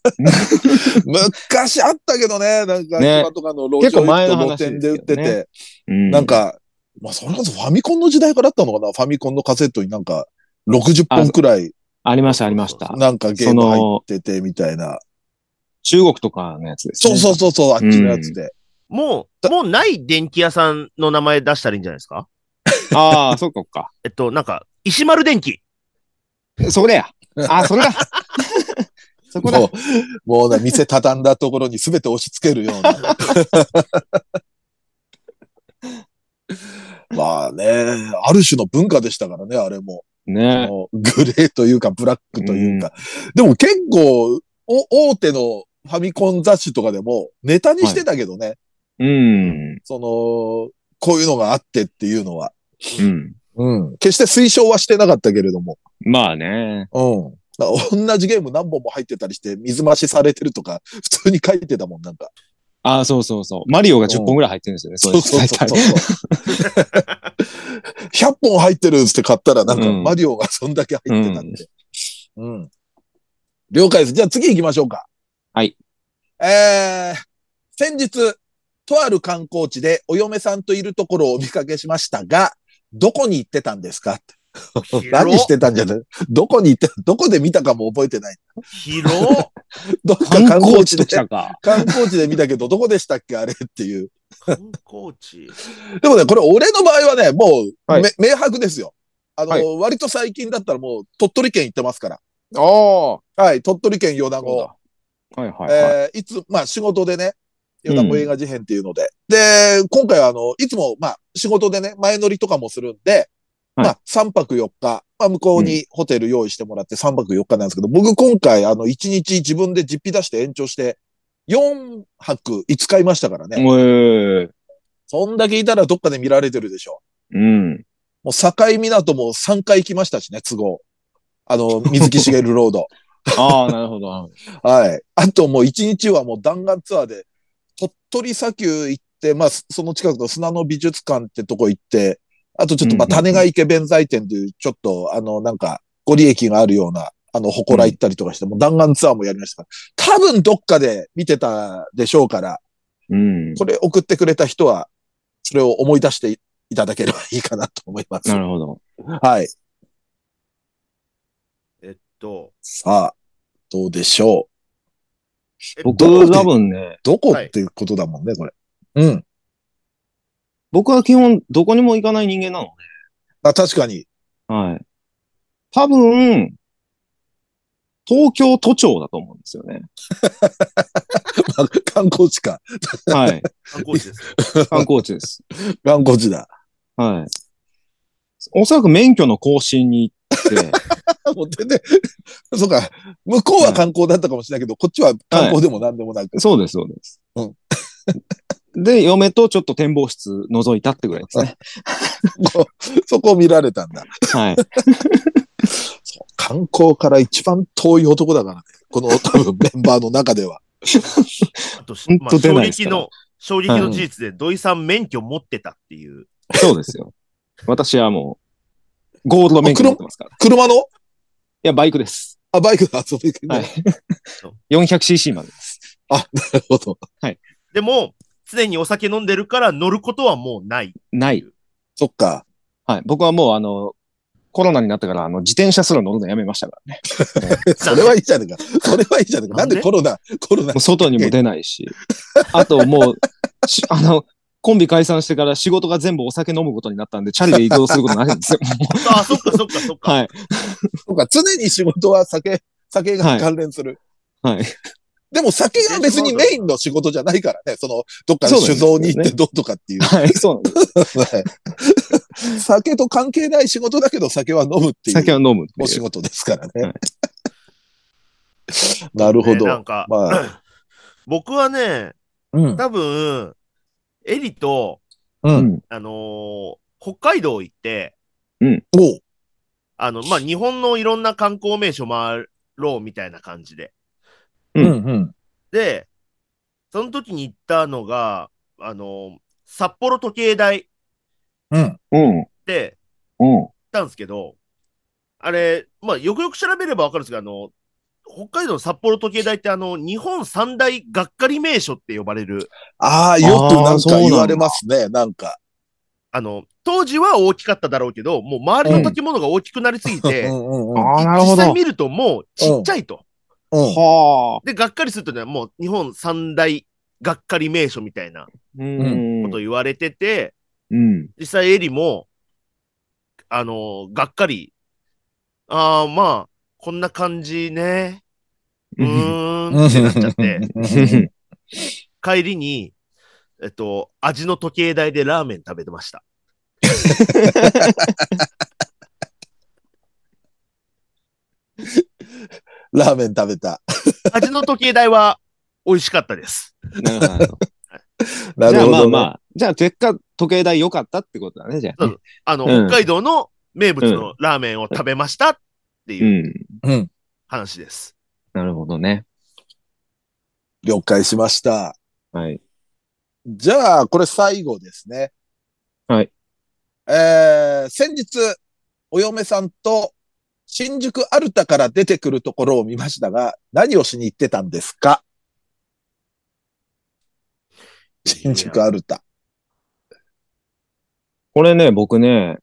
昔あったけどね、なんか、今とかの路上行くと露店で売ってて、なんか、まあ、それこそファミコンの時代からあったのかな、ファミコンのカセットになんか、60本くらい。 ありました、ありました。 なんかゲーム入ってて、みたいな。 中国とかのやつですね。 そう、あっちのやつで。 もうない電気屋さんの名前出したらいいんじゃないですか？ ああ、そうか。 なんか、石丸電機。 それや。それだ。そこだ。 もうね、店畳んだところに全て押し付けるような。まあね、ある種の文化でしたからね、あれも。 ね。 グレーというか、ブラックというか。でも結構、大手のファミコン雑誌とかでもネタにしてたけどね。こういうのがあってっていうのは。決して推奨はしてなかったけれども。 まあね。 同じゲーム何本も入ってたりして、水増しされてるとか、普通に書いてたもん、なんか。 そう。マリオが10本ぐらい入ってるんですよね。そう。 100本入ってるって買ったら、なんか、マリオがそんだけ入ってたんで。了解です。じゃあ次行きましょうか。 はい。 先日、とある観光地でお嫁さんといるところをお見かけしましたが、どこに行ってたんですか何してたんじゃない？どこに行って、どこで見たかも覚えてない。 広どっか観光地で、観光地で見たけど、どこでしたっけあれっていう。 観光地。 でもね、これ俺の場合はね、もう、明白ですよ。割と最近だったらもう鳥取県行ってますから。はい、鳥取県米子。仕事でね、米子映画事変っていうので。で、今回はいつも、仕事でね、前乗りとかもするんで、3泊4日、向こうにホテル用意してもらって3泊4日なんですけど、僕今回1日自分で実費出して延長して、4泊5日いましたからね。そんだけいたらどっかで見られてるでしょ。もう境港も3回行きましたしね、都合。水木しげるロード。 なるほど。 はい。あともう1日はもう弾丸ツアーで、鳥取砂丘行って、その近くの砂の美術館ってとこ行って、あとちょっと種ヶ池弁財天という、ちょっとなんか、ご利益があるような、祠行ったりとかして、もう弾丸ツアーもやりましたから、多分どっかで見てたでしょうから、これ送ってくれた人は、それを思い出していただければいいかなと思います。 なるほど。 はい。さあ、どうでしょう。僕多分ね。 どこっていうことだもんね、これ。 僕は基本どこにも行かない人間なので。 確かに。 はい。 多分、東京都庁だと思うんですよね。 観光地か。 はい。 観光地ですよ。 観光地です。 観光地だ。 はい。おそらく免許の更新に行って、 もう全然、そうか、向こうは観光だったかもしれないけど、こっちは観光でも何でもなく。 そうです、そうです。うん。で、嫁とちょっと展望室覗いたってぐらいですね。 そこを見られたんだ。 はい。 観光から一番遠い男だからね。この多分メンバーの中では。 あと、まあ、衝撃の事実で土井さん免許持ってたっていう。 そうですよ。私はもう、ゴールド免許持ってますから。 車の？いや、バイクです。 あ、バイクだ、そういう、 はい。400cc までです。 あ、なるほど。 はい。 でも、常にお酒飲んでるから乗ることはもうない。 ない。 そっか。 はい。僕はもうコロナになってから自転車すら乗るのやめましたからね。 それはいいじゃねえか。それはいいじゃねえか。なんでコロナ。 もう外にも出ないし。あともう、コンビ解散してから仕事が全部お酒飲むことになったんで、チャリで移動することないんですよ。 あ、そっかそっかそっか。 はい。 そっか、常に仕事は酒が関連する。 はい。 でも酒が別にメインの仕事じゃないからね。どっか酒造に行ってどうとかっていう。 はい、そうなんです。 酒と関係ない仕事だけど酒は飲むっていう。 酒は飲む。 お仕事ですからね。はい、なるほど。 なんか、まあ、僕はね、多分、エリと、北海道行って、まあ、日本のいろんな観光名所回ろうみたいな感じで。で、その時に行ったのが、札幌時計台で、行ったんですけど、あれ、まあ、よくよく調べればわかるんですけど、北海道の札幌時計台って日本三大がっかり名所って呼ばれる。 ああ、よくなんか言われますね、なんか。 当時は大きかっただろうけど、もう周りの建物が大きくなりすぎて、 実際見るともうちっちゃいと。で、がっかりするとね、もう日本三大がっかり名所みたいなこと言われてて、実際エリも、がっかり、まあ、こんな感じね。ってなっちゃって、帰りに、味の時計台でラーメン食べてました。 ラーメン食べた。 味の時計台は美味しかったです。 なるほど。じゃあまあまあ、じゃあ結果時計台良かったってことだね、じゃあ、ね。 北海道の名物のラーメンを食べましたっていう話です。 なるほどね。 了解しました。 はい。 じゃあ、これ最後ですね。 はい。 先日、お嫁さんと新宿アルタから出てくるところを見ましたが、何をしに行ってたんですか？新宿アルタ。 これね、僕ね、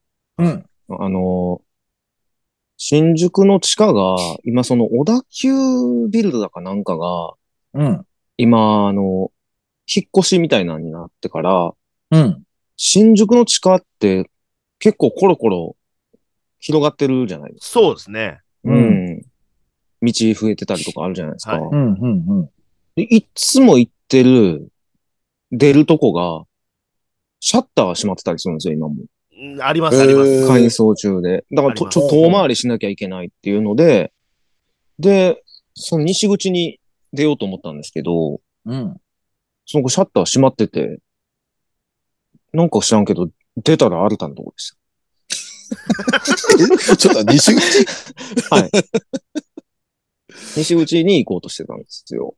新宿の地下が、今その小田急ビルドだかなんかが、今、引っ越しみたいなのになってから、新宿の地下って結構コロコロ広がってるじゃないですか。 そうですね。 道増えてたりとかあるじゃないですか。いつも行ってる、出るとこが、シャッターが閉まってたりするんですよ、今も。 あります、あります。 改装中で。だからちょっと遠回りしなきゃいけないっていうので、で、その西口に出ようと思ったんですけど、その後シャッター閉まってて、なんか知らんけど、出たらアルタのとこでした。 ちょっと西口はい。西口に行こうとしてたんですよ。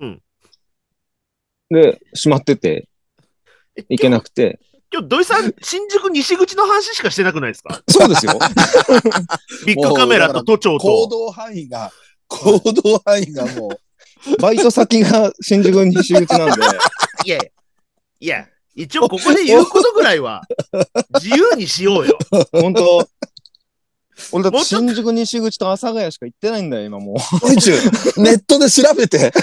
で、閉まってて、行けなくて。 今日土井さん、新宿西口の話しかしてなくないですか？ そうですよ。 ビッグカメラと都庁と。 行動範囲がもう、バイト先が新宿西口なんで。 いや、一応ここで言うことぐらいは、自由にしようよ。 本当俺だって新宿西口と阿佐ヶ谷しか行ってないんだよ、今もう。ネットで調べて。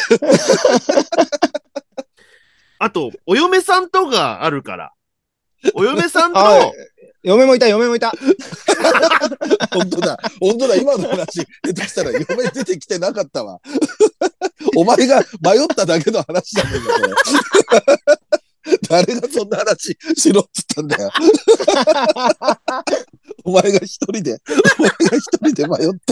あと、お嫁さんとがあるから。お嫁さんと、 嫁もいた。 本当だ。今の話、下手したら嫁出てきてなかったわ。お前が迷っただけの話じゃねえか、それ。誰がそんな話しろっつったんだよ。お前が一人で迷って、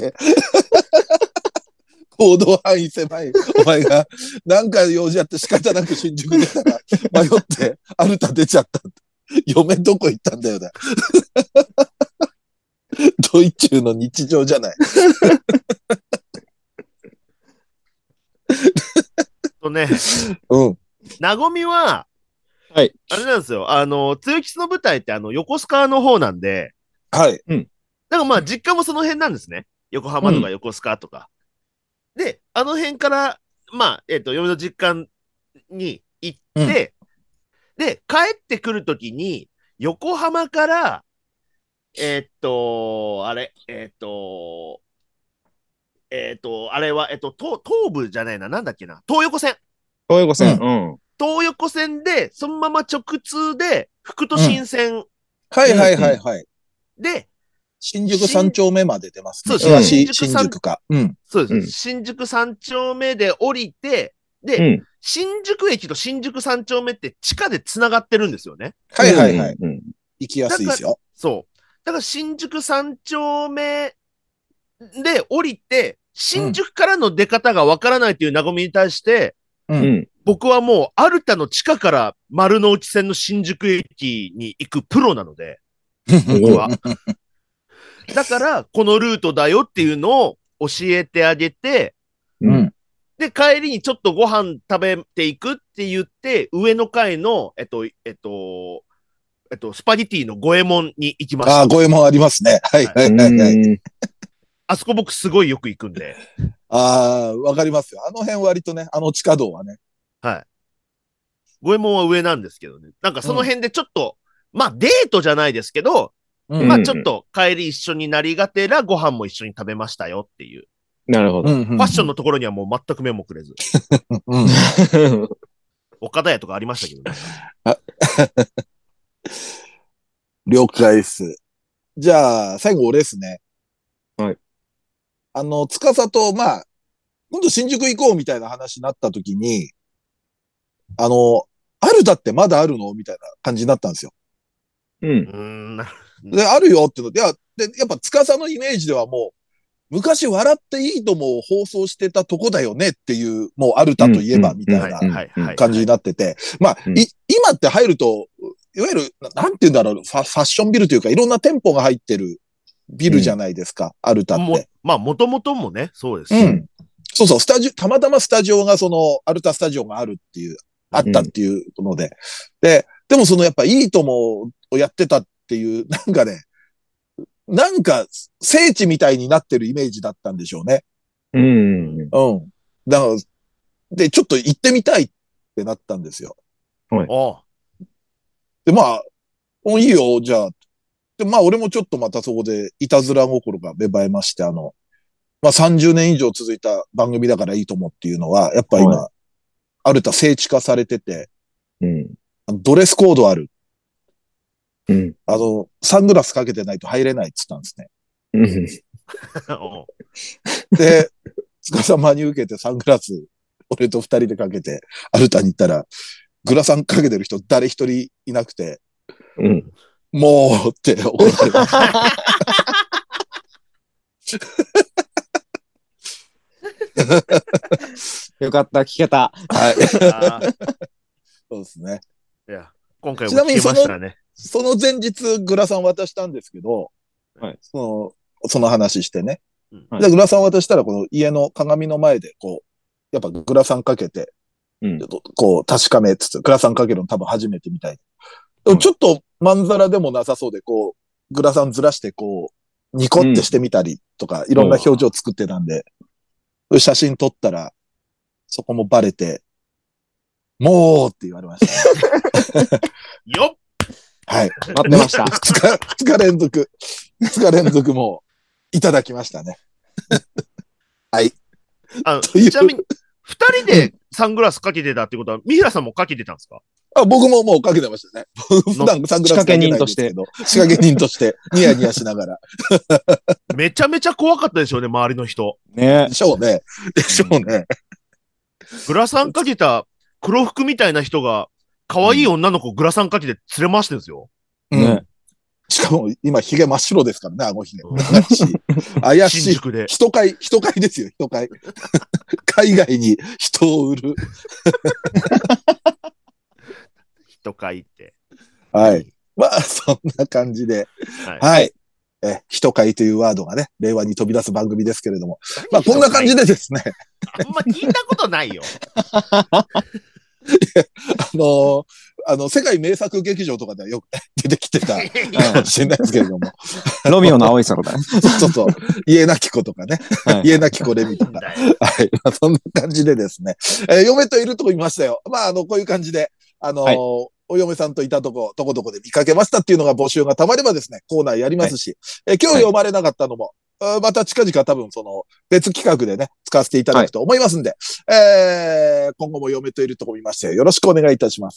行動範囲狭い。お前が、なんか用事あって仕方なく新宿出たら、迷って、アルタ出ちゃった。嫁どこ行ったんだよな。ドイツの日常じゃない。 とね、 うん。 なごみは、 はい。 あれなんですよ。露吉の舞台って横須賀の方なんで、 はい。 うん。 だからまあ実家もその辺なんですね。横浜とか横須賀とか。で、あの辺から、まあ、嫁の実家に行って、で、帰ってくるときに、横浜から、あれ、あれは、東部じゃないな、なんだっけな、東横線。 東横線。 東横線で、そのまま直通で、副都心線。 はいはいはいはい。 で、 新宿3丁目まで出ますね。 そうです。 新宿か。 そうです。新宿3丁目で降りて、で、新宿駅と新宿3丁目って地下で繋がってるんですよね。 はいはいはい。行きやすいですよ。 そう。だから新宿3丁目で降りて、新宿からの出方がわからないというなごみに対して、僕はもう、アルタの地下から丸の内線の新宿駅に行くプロなので、僕は。だから、このルートだよっていうのを教えてあげて、で、帰りにちょっとご飯食べていくって言って、上の階の、スパゲティの五右衛門に行きました。 ああ、五右衛門ありますね。はいはいはい。 あそこ僕すごいよく行くんで。 ああ、わかりますよ。あの辺割とね、あの地下道はね。 はい。五右衛門は上なんですけどね。なんかその辺でちょっと、まあデートじゃないですけど、まあちょっと帰り一緒になりがてらご飯も一緒に食べましたよっていう。 なるほど。 ファッションのところにはもう全く目もくれず。岡田屋とかありましたけどね。 了解です。じゃあ、最後俺ですね。 はい。 司と、まあ、今度新宿行こうみたいな話になった時に、アルタってまだあるのみたいな感じになったんですよ。で、あるよってので、やっぱ司のイメージではもう、昔笑っていいとも放送してたとこだよねっていう、もうアルタといえばみたいな感じになってて、まあ、今って入ると、いわゆる、なんて言うんだろう、ファッションビルというか、いろんな店舗が入ってるビルじゃないですか、アルタって。 まあ、もともともね、そうです。 そうそう、たまたまスタジオがアルタスタジオがあるっていう、あったっていうので。でもやっぱいいともをやってたっていう、なんかね、なんか聖地みたいになってるイメージだったんでしょうね。だから、で、ちょっと行ってみたいってなったんですよ。で、まあ、いいよ、じゃあ。で、まあ、俺もちょっとまたそこでいたずら心が芽生えまして、まあ、30年以上続いた番組だからいいと思っていうのは、やっぱ今、アルタ聖地化されてて、ドレスコードある。サングラスかけてないと入れないって言ったんですね。で、司真に受けてサングラス、俺と2人でかけて、アルタに行ったら、グラサンかけてる人誰一人いなくて、もうって怒られました。 よかった、聞けた。 はい。そうですね。 いや、今回も聞けましたね。 その前日、グラサン渡したんですけど、その話してね。で、グラサン渡したら、この家の鏡の前で、やっぱグラサンかけて、確かめつつ、グラサンかけるの多分初めてみたい。でもちょっとまんざらでもなさそうで、グラサンずらして、ニコってしてみたりとか、いろんな表情作ってたんで、写真撮ったら、そこもバレて、もうって言われました。 よっはい。待ってました。 2日連続もう、いただきましたね。はい。 ちなみに、2人でサングラスかけてたってことは、三平さんもかけてたんですか？ 僕ももうかけてましたね。普段サングラスかけてないんですけど。仕掛け人として、ニヤニヤしながら。 めちゃめちゃ怖かったでしょうね、周りの人。 ね。 でしょうね。でしょうね。 グラサンかけた黒服みたいな人が、可愛い女の子グラサンかけて連れ回してるんですよ。 ね。しかも今、髭真っ白ですからね、顎髭。怪しい。 新宿で。 人買いですよ、人買い。海外に人を売る。 人買いって。 はい。まあ、そんな感じで。はい。人買いというワードがね、令和に飛び出す番組ですけれども。まあ、こんな感じでですね。 あんま聞いたことないよ。 世界名作劇場とかではよく出てきてたかもしれないですけれども。 ロミオの青い空だね。 そう。家なき子とかね。家なき子レミとか。はい。まあ、そんな感じでですね。嫁といるとこいましたよ。まあ、こういう感じで、お嫁さんといたとこどこで見かけましたっていうのが募集がたまればですね、コーナーやりますし、今日読まれなかったのも、また近々多分別企画でね、使わせていただくと思いますんで、今後も嫁といるとこ見ましてよろしくお願いいたします。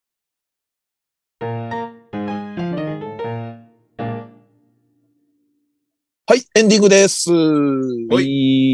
はい、エンディングです。 はい。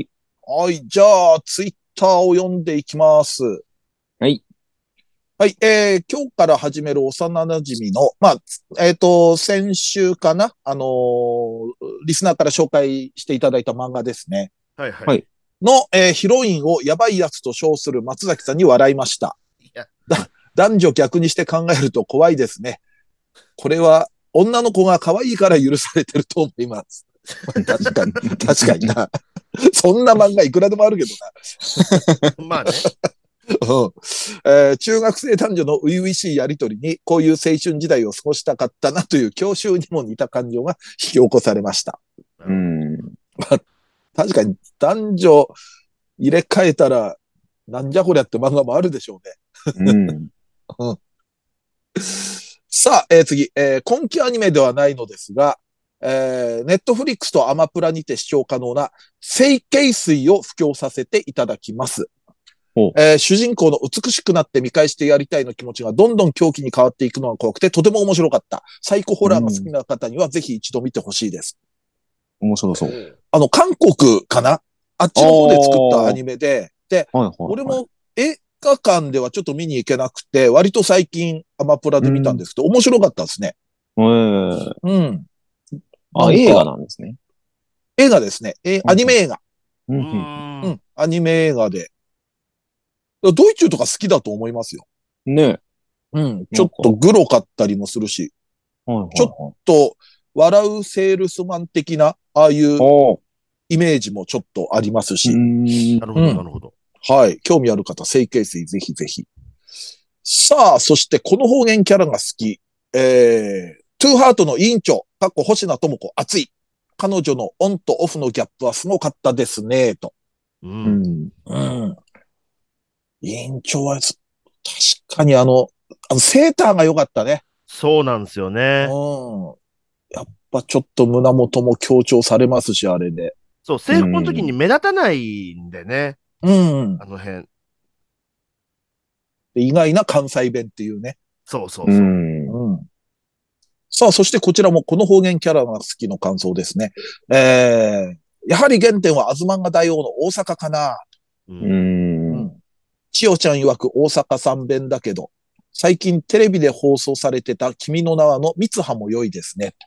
はい、じゃあ、ツイッターを読んでいきます。 はい。 はい、今日から始める幼馴染の、まあ、先週かな、リスナーから紹介していただいた漫画ですね。 はいはい。 の、ヒロインをやばいやつと称する松崎さんに笑いました。男女逆にして考えると怖いですね。これは女の子が可愛いから許されてると思います。確かにな。そんな漫画いくらでもあるけどな。まあね。 中学生男女の初々しいやりとりに、こういう青春時代を過ごしたかったなという郷愁にも似た感情が引き起こされました。まあ、確かに男女入れ替えたら、なんじゃこりゃって漫画もあるでしょうね。さあ、次、今期アニメではないのですが、ネットフリックスとアマプラにて視聴可能な、清渓水を布教させていただきます。主人公の美しくなって見返してやりたいの気持ちがどんどん狂気に変わっていくのが怖くてとても面白かった。サイコホラーが好きな方にはぜひ一度見てほしいです。 面白そう。 韓国かなあっちの方で作ったアニメで、俺も映画館ではちょっと見に行けなくて、割と最近アマプラで見たんですけど、面白かったですね。 映画なんですね。 映画ですね。アニメ映画。アニメ映画で。ドイツとか好きだと思いますよ。 ね。 ちょっとグロかったりもするし、ちょっと笑うセールスマン的な、ああいうイメージもちょっとありますし。 なるほど、なるほど。 はい。興味ある方、清渓水ぜひぜひ。さあ、そしてこの方言キャラが好き。トゥーハートの委員長、星名智子、熱い。彼女のオンとオフのギャップはすごかったですね、と。委員長は、確かにセーターが良かったね。 そうなんですよね。 やっぱちょっと胸元も強調されますし、あれで。 そう、制服の時に目立たないんでね。あの辺。 意外な関西弁っていうね。 そう。 さあ、そしてこちらもこの方言キャラが好きの感想ですね。やはり原点はアズマンガ大王の大阪かな。千代ちゃん曰く大阪三弁だけど、最近テレビで放送されてた君の名はの三葉も良いですね。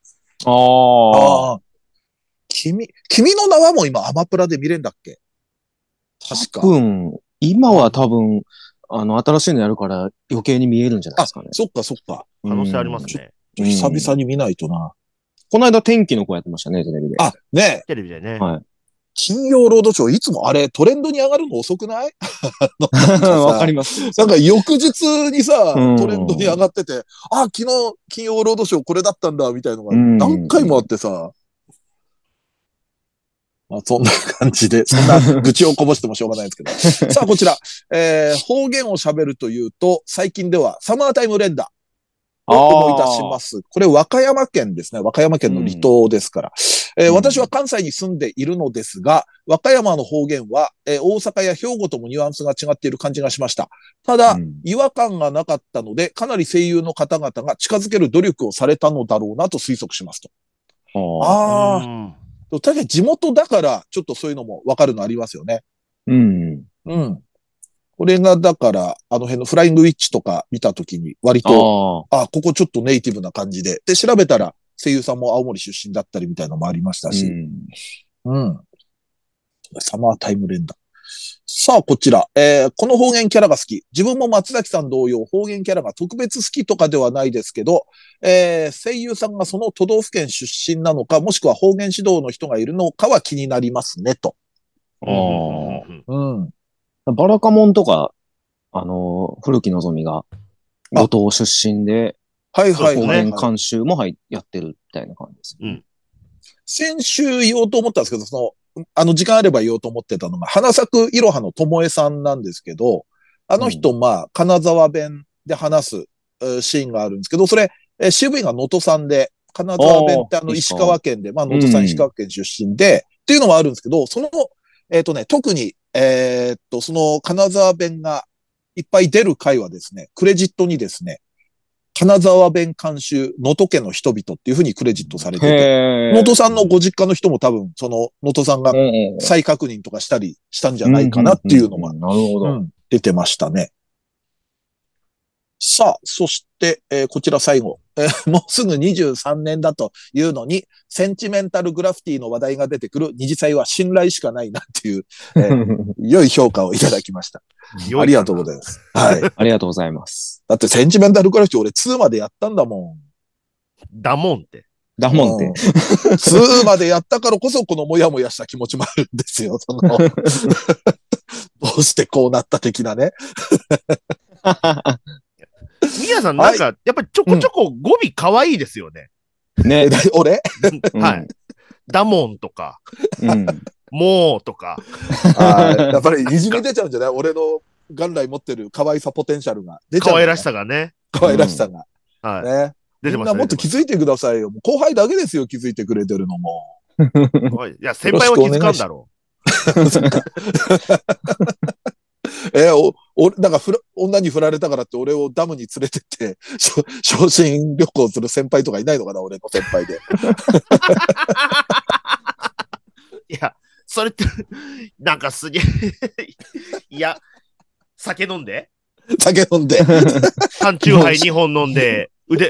君の名はも今アマプラで見れんだっけ？確か。 今は多分、新しいのやるから余計に見えるんじゃないですかね。 そっか。 可能性ありますね。 久々に見ないとな。 この間天気の子やってましたね、テレビで。 ね。 テレビでね。 はい。 金曜ロードショー、いつもあれ、トレンドに上がるの遅くない？ わかります。 なんか翌日にさ、トレンドに上がってて、昨日金曜ロードショーこれだったんだ、みたいなのが何回もあってさ。そんな感じで、そんな愚痴をこぼしてもしょうがないですけど。さあ、こちら、方言を喋るというと、最近ではサマータイム連打を思い出します。これ和歌山県ですね。和歌山県の離島ですから。私は関西に住んでいるのですが、和歌山の方言は、大阪や兵庫ともニュアンスが違っている感じがしました。ただ、違和感がなかったので、かなり声優の方々が近づける努力をされたのだろうなと推測しますと。 確かに地元だから、ちょっとそういうのもわかるのありますよね。 うん。 うん。これが、だから、あの辺のフライングウィッチとか見たときに、割と、ここちょっとネイティブな感じで。で、調べたら、声優さんも青森出身だったりみたいなのもありましたし。うん。サマータイム連打。さあ、こちら。この方言キャラが好き。自分も松崎さん同様、方言キャラが特別好きとかではないですけど、声優さんがその都道府県出身なのか、もしくは方言指導の人がいるのかは気になりますね、と。 うん。バラカモンとか、古木のぞみが、五島出身で、 はいはい方言監修もやってるみたいな感じです。 うん。 先週言おうと思ったんですけど、時間あれば言おうと思ってたのが、花咲くいろはのともえさんなんですけど、あの人、金沢弁で話すシーンがあるんですけど、それ、CV が能登さんで、金沢弁って石川県で、能登さん石川県出身で、っていうのもあるんですけど、その、特に、その金沢弁がいっぱい出る回はですね、クレジットにですね、金沢弁監修、能登家の人々っていうふうにクレジットされてて、能登さんのご実家の人も多分、その能登さんが再確認とかしたりしたんじゃないかなっていうのが、出てましたね。さあ、そして、こちら最後、もうすぐ23年だというのに、センチメンタルグラフィティの話題が出てくる二次祭は信頼しかないなっていう、良い評価をいただきました。ありがとうございます。はい。 ありがとうございます。 だってセンチメンタルグラフィティ俺2までやったんだもん。 だもんって。2 までやったからこそこのモヤモヤした気持ちもあるんですよ。どうしてこうなった的なね。 みやさん、なんか、やっぱりちょこちょこ語尾可愛いですよね。 ね。俺はい。だもんとか、もうとか。 やっぱりにじみ出ちゃうんじゃない俺の元来持ってる可愛さポテンシャルが出ちゃう。 可愛らしさがね。 可愛らしさが。 はい。 ね。みんなもっと気づいてくださいよ。後輩だけですよ、気づいてくれてるのも。 いや、先輩は気づかんだろう。なんか女に振られたからって俺をダムに連れてって、昇進旅行する先輩とかいないのかな、俺の先輩で。 いや、それって、なんかすげえいや、酒飲んで缶チューハイ2本飲んで、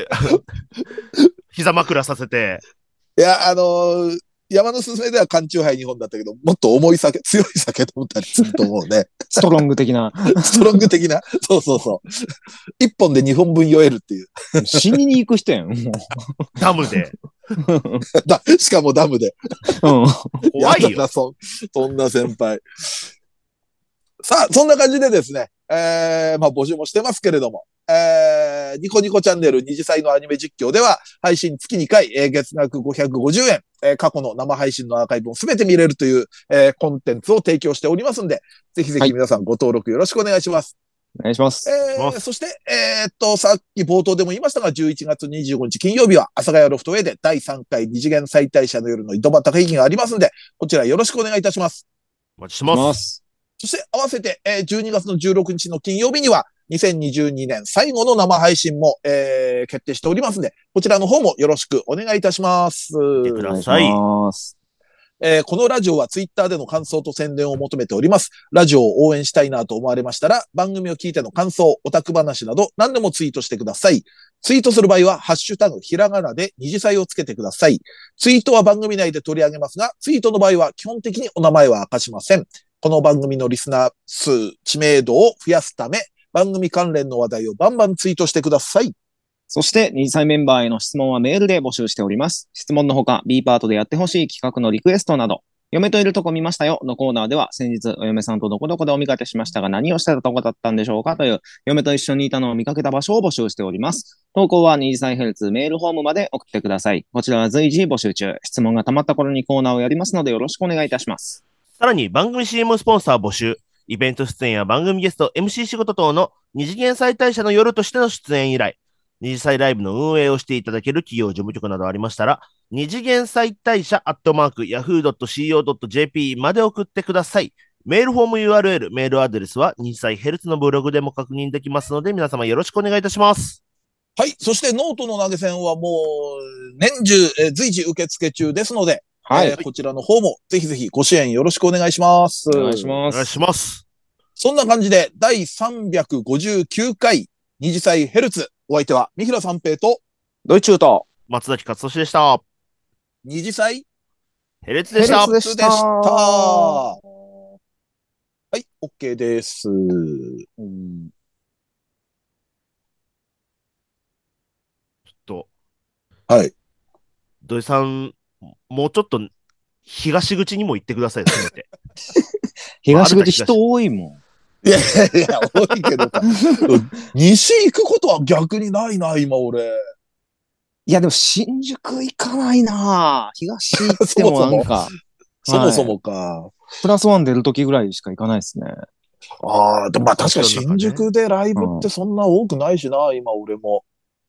膝枕させて。 いや、山のすすめでは缶チューハイ2本だったけど、もっと重い酒、強い酒飲んだりすると思うね。 ストロング的な。 そうそうそう。1本で2本分酔えるっていう。 死にに行く人やん、もう。 ダムで。 しかもダムで。 怖いよ。 そんな先輩。さあ、そんな感じでですね、募集もしてますけれども、ニコニコチャンネル二次祭のアニメ実況では、配信月2回、月額550円、過去の生配信のアーカイブをすべて見れるという、コンテンツを提供しておりますんで、ぜひぜひ皆さんご登録よろしくお願いします。 お願いします。 そして、さっき冒頭でも言いましたが、11月25日金曜日は、阿佐ヶ谷ロフトウェイで第3回二次元再大社の夜の井戸端会議がありますんで、こちらよろしくお願いいたします。 お待ちしてます。 そして合わせて、12月の16日の金曜日には、2022年最後の生配信も、決定しておりますので、こちらの方もよろしくお願いいたします。 見てください。 このラジオはツイッターでの感想と宣伝を求めております。ラジオを応援したいなと思われましたら、番組を聞いての感想、オタク話など何でもツイートしてください。ツイートする場合は、ハッシュタグひらがなで二次祭をつけてください。ツイートは番組内で取り上げますが、ツイートの場合は基本的にお名前は明かしません。この番組のリスナー数、知名度を増やすため、番組関連の話題をバンバンツイートしてください。 そして、二次祭メンバーへの質問はメールで募集しております。質問のほか、B パートでやってほしい企画のリクエストなど、嫁といるとこ見ましたよのコーナーでは、先日お嫁さんとどこどこでお見かけしましたが何をしてたとこだったんでしょうかという、嫁と一緒にいたのを見かけた場所を募集しております。投稿は二次祭ヘルツメールフォームまで送ってください。こちらは随時募集中。質問が溜まった頃にコーナーをやりますのでよろしくお願いいたします。 さらに番組 CM スポンサー募集、イベント出演や番組ゲスト、MC 仕事等の二次元再大社の夜としての出演依頼、二次祭ライブの運営をしていただける企業事務局などありましたら、二次元再大社@yahoo.co.jp まで送ってください。メールフォーム URL、メールアドレスは二次祭ヘルツのブログでも確認できますので、皆様よろしくお願いいたします。 はい。そしてノートの投げ銭はもう年中、随時受付中ですので、 はい。 こちらの方もぜひぜひご支援よろしくお願いします。 お願いします。 お願いします。 そんな感じで、第359回二次祭ヘルツ。お相手は、三平三平と、 ドイチューと、 松崎勝利でした。 二次祭ヘルツでした。 ヘルツでした。はい、OK です。 ちょっと、 はい。 土井さん、もうちょっと、東口にも行ってください、せめて。 東口人多いもん。いやいやいや、多いけどか。西行くことは逆にないな、今俺。 いや、でも新宿行かないな東行ってもなんか。 そもそもか。 プラスワン出るときぐらいしか行かないですね。 ああ、でもまあ確かに新宿でライブってそんな多くないしな、今俺も。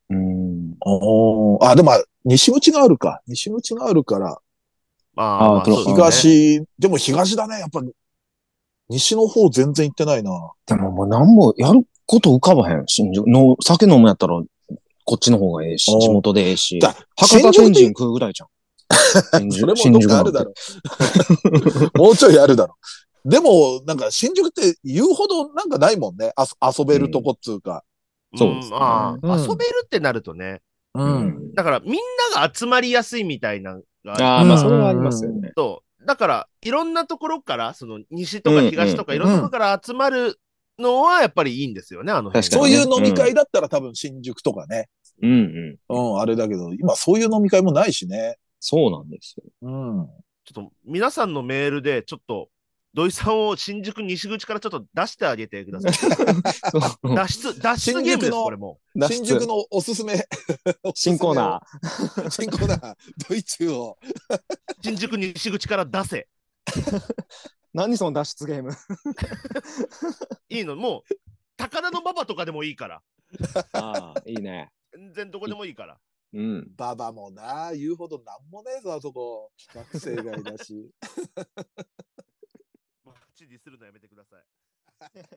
あ、でも西口があるか。西口があるから。 まあ、 東、でも東だね。やっぱ西の方全然行ってないな。 でももう何もやること浮かばへん。新宿の酒飲むやったらこっちの方がええし、地元でええし。博多天神食うぐらいじゃん。 それもどっかあるだろう。もうちょいあるだろう。でも、なんか新宿って言うほどなんかないもんね。遊べるとこっつうか。 そうですね。 遊べるってなるとね。だからみんなが集まりやすいみたいなのがああ、まあそれはありますよね。 だからいろんなところから、その西とか東とかいろんなところから集まるのはやっぱりいいんですよね、あの辺。 そういう飲み会だったら多分新宿とかね。あれだけど、今そういう飲み会もないしね。 そうなんですよ。 ちょっと皆さんのメールでちょっと土井さんを新宿西口からちょっと出してあげてください。脱出ゲームです、これも。 新宿のおすすめ。 新コーナー。新コーナー。ドイツを。 新宿西口から出せ。 何その脱出ゲーム。 いいの、もう、高田の馬場とかでもいいから。 ああ、いいね。 全然どこでもいいから。 馬場もな、言うほどなんもねえぞ、あそこ。学生街だし。 チディするのやめてください。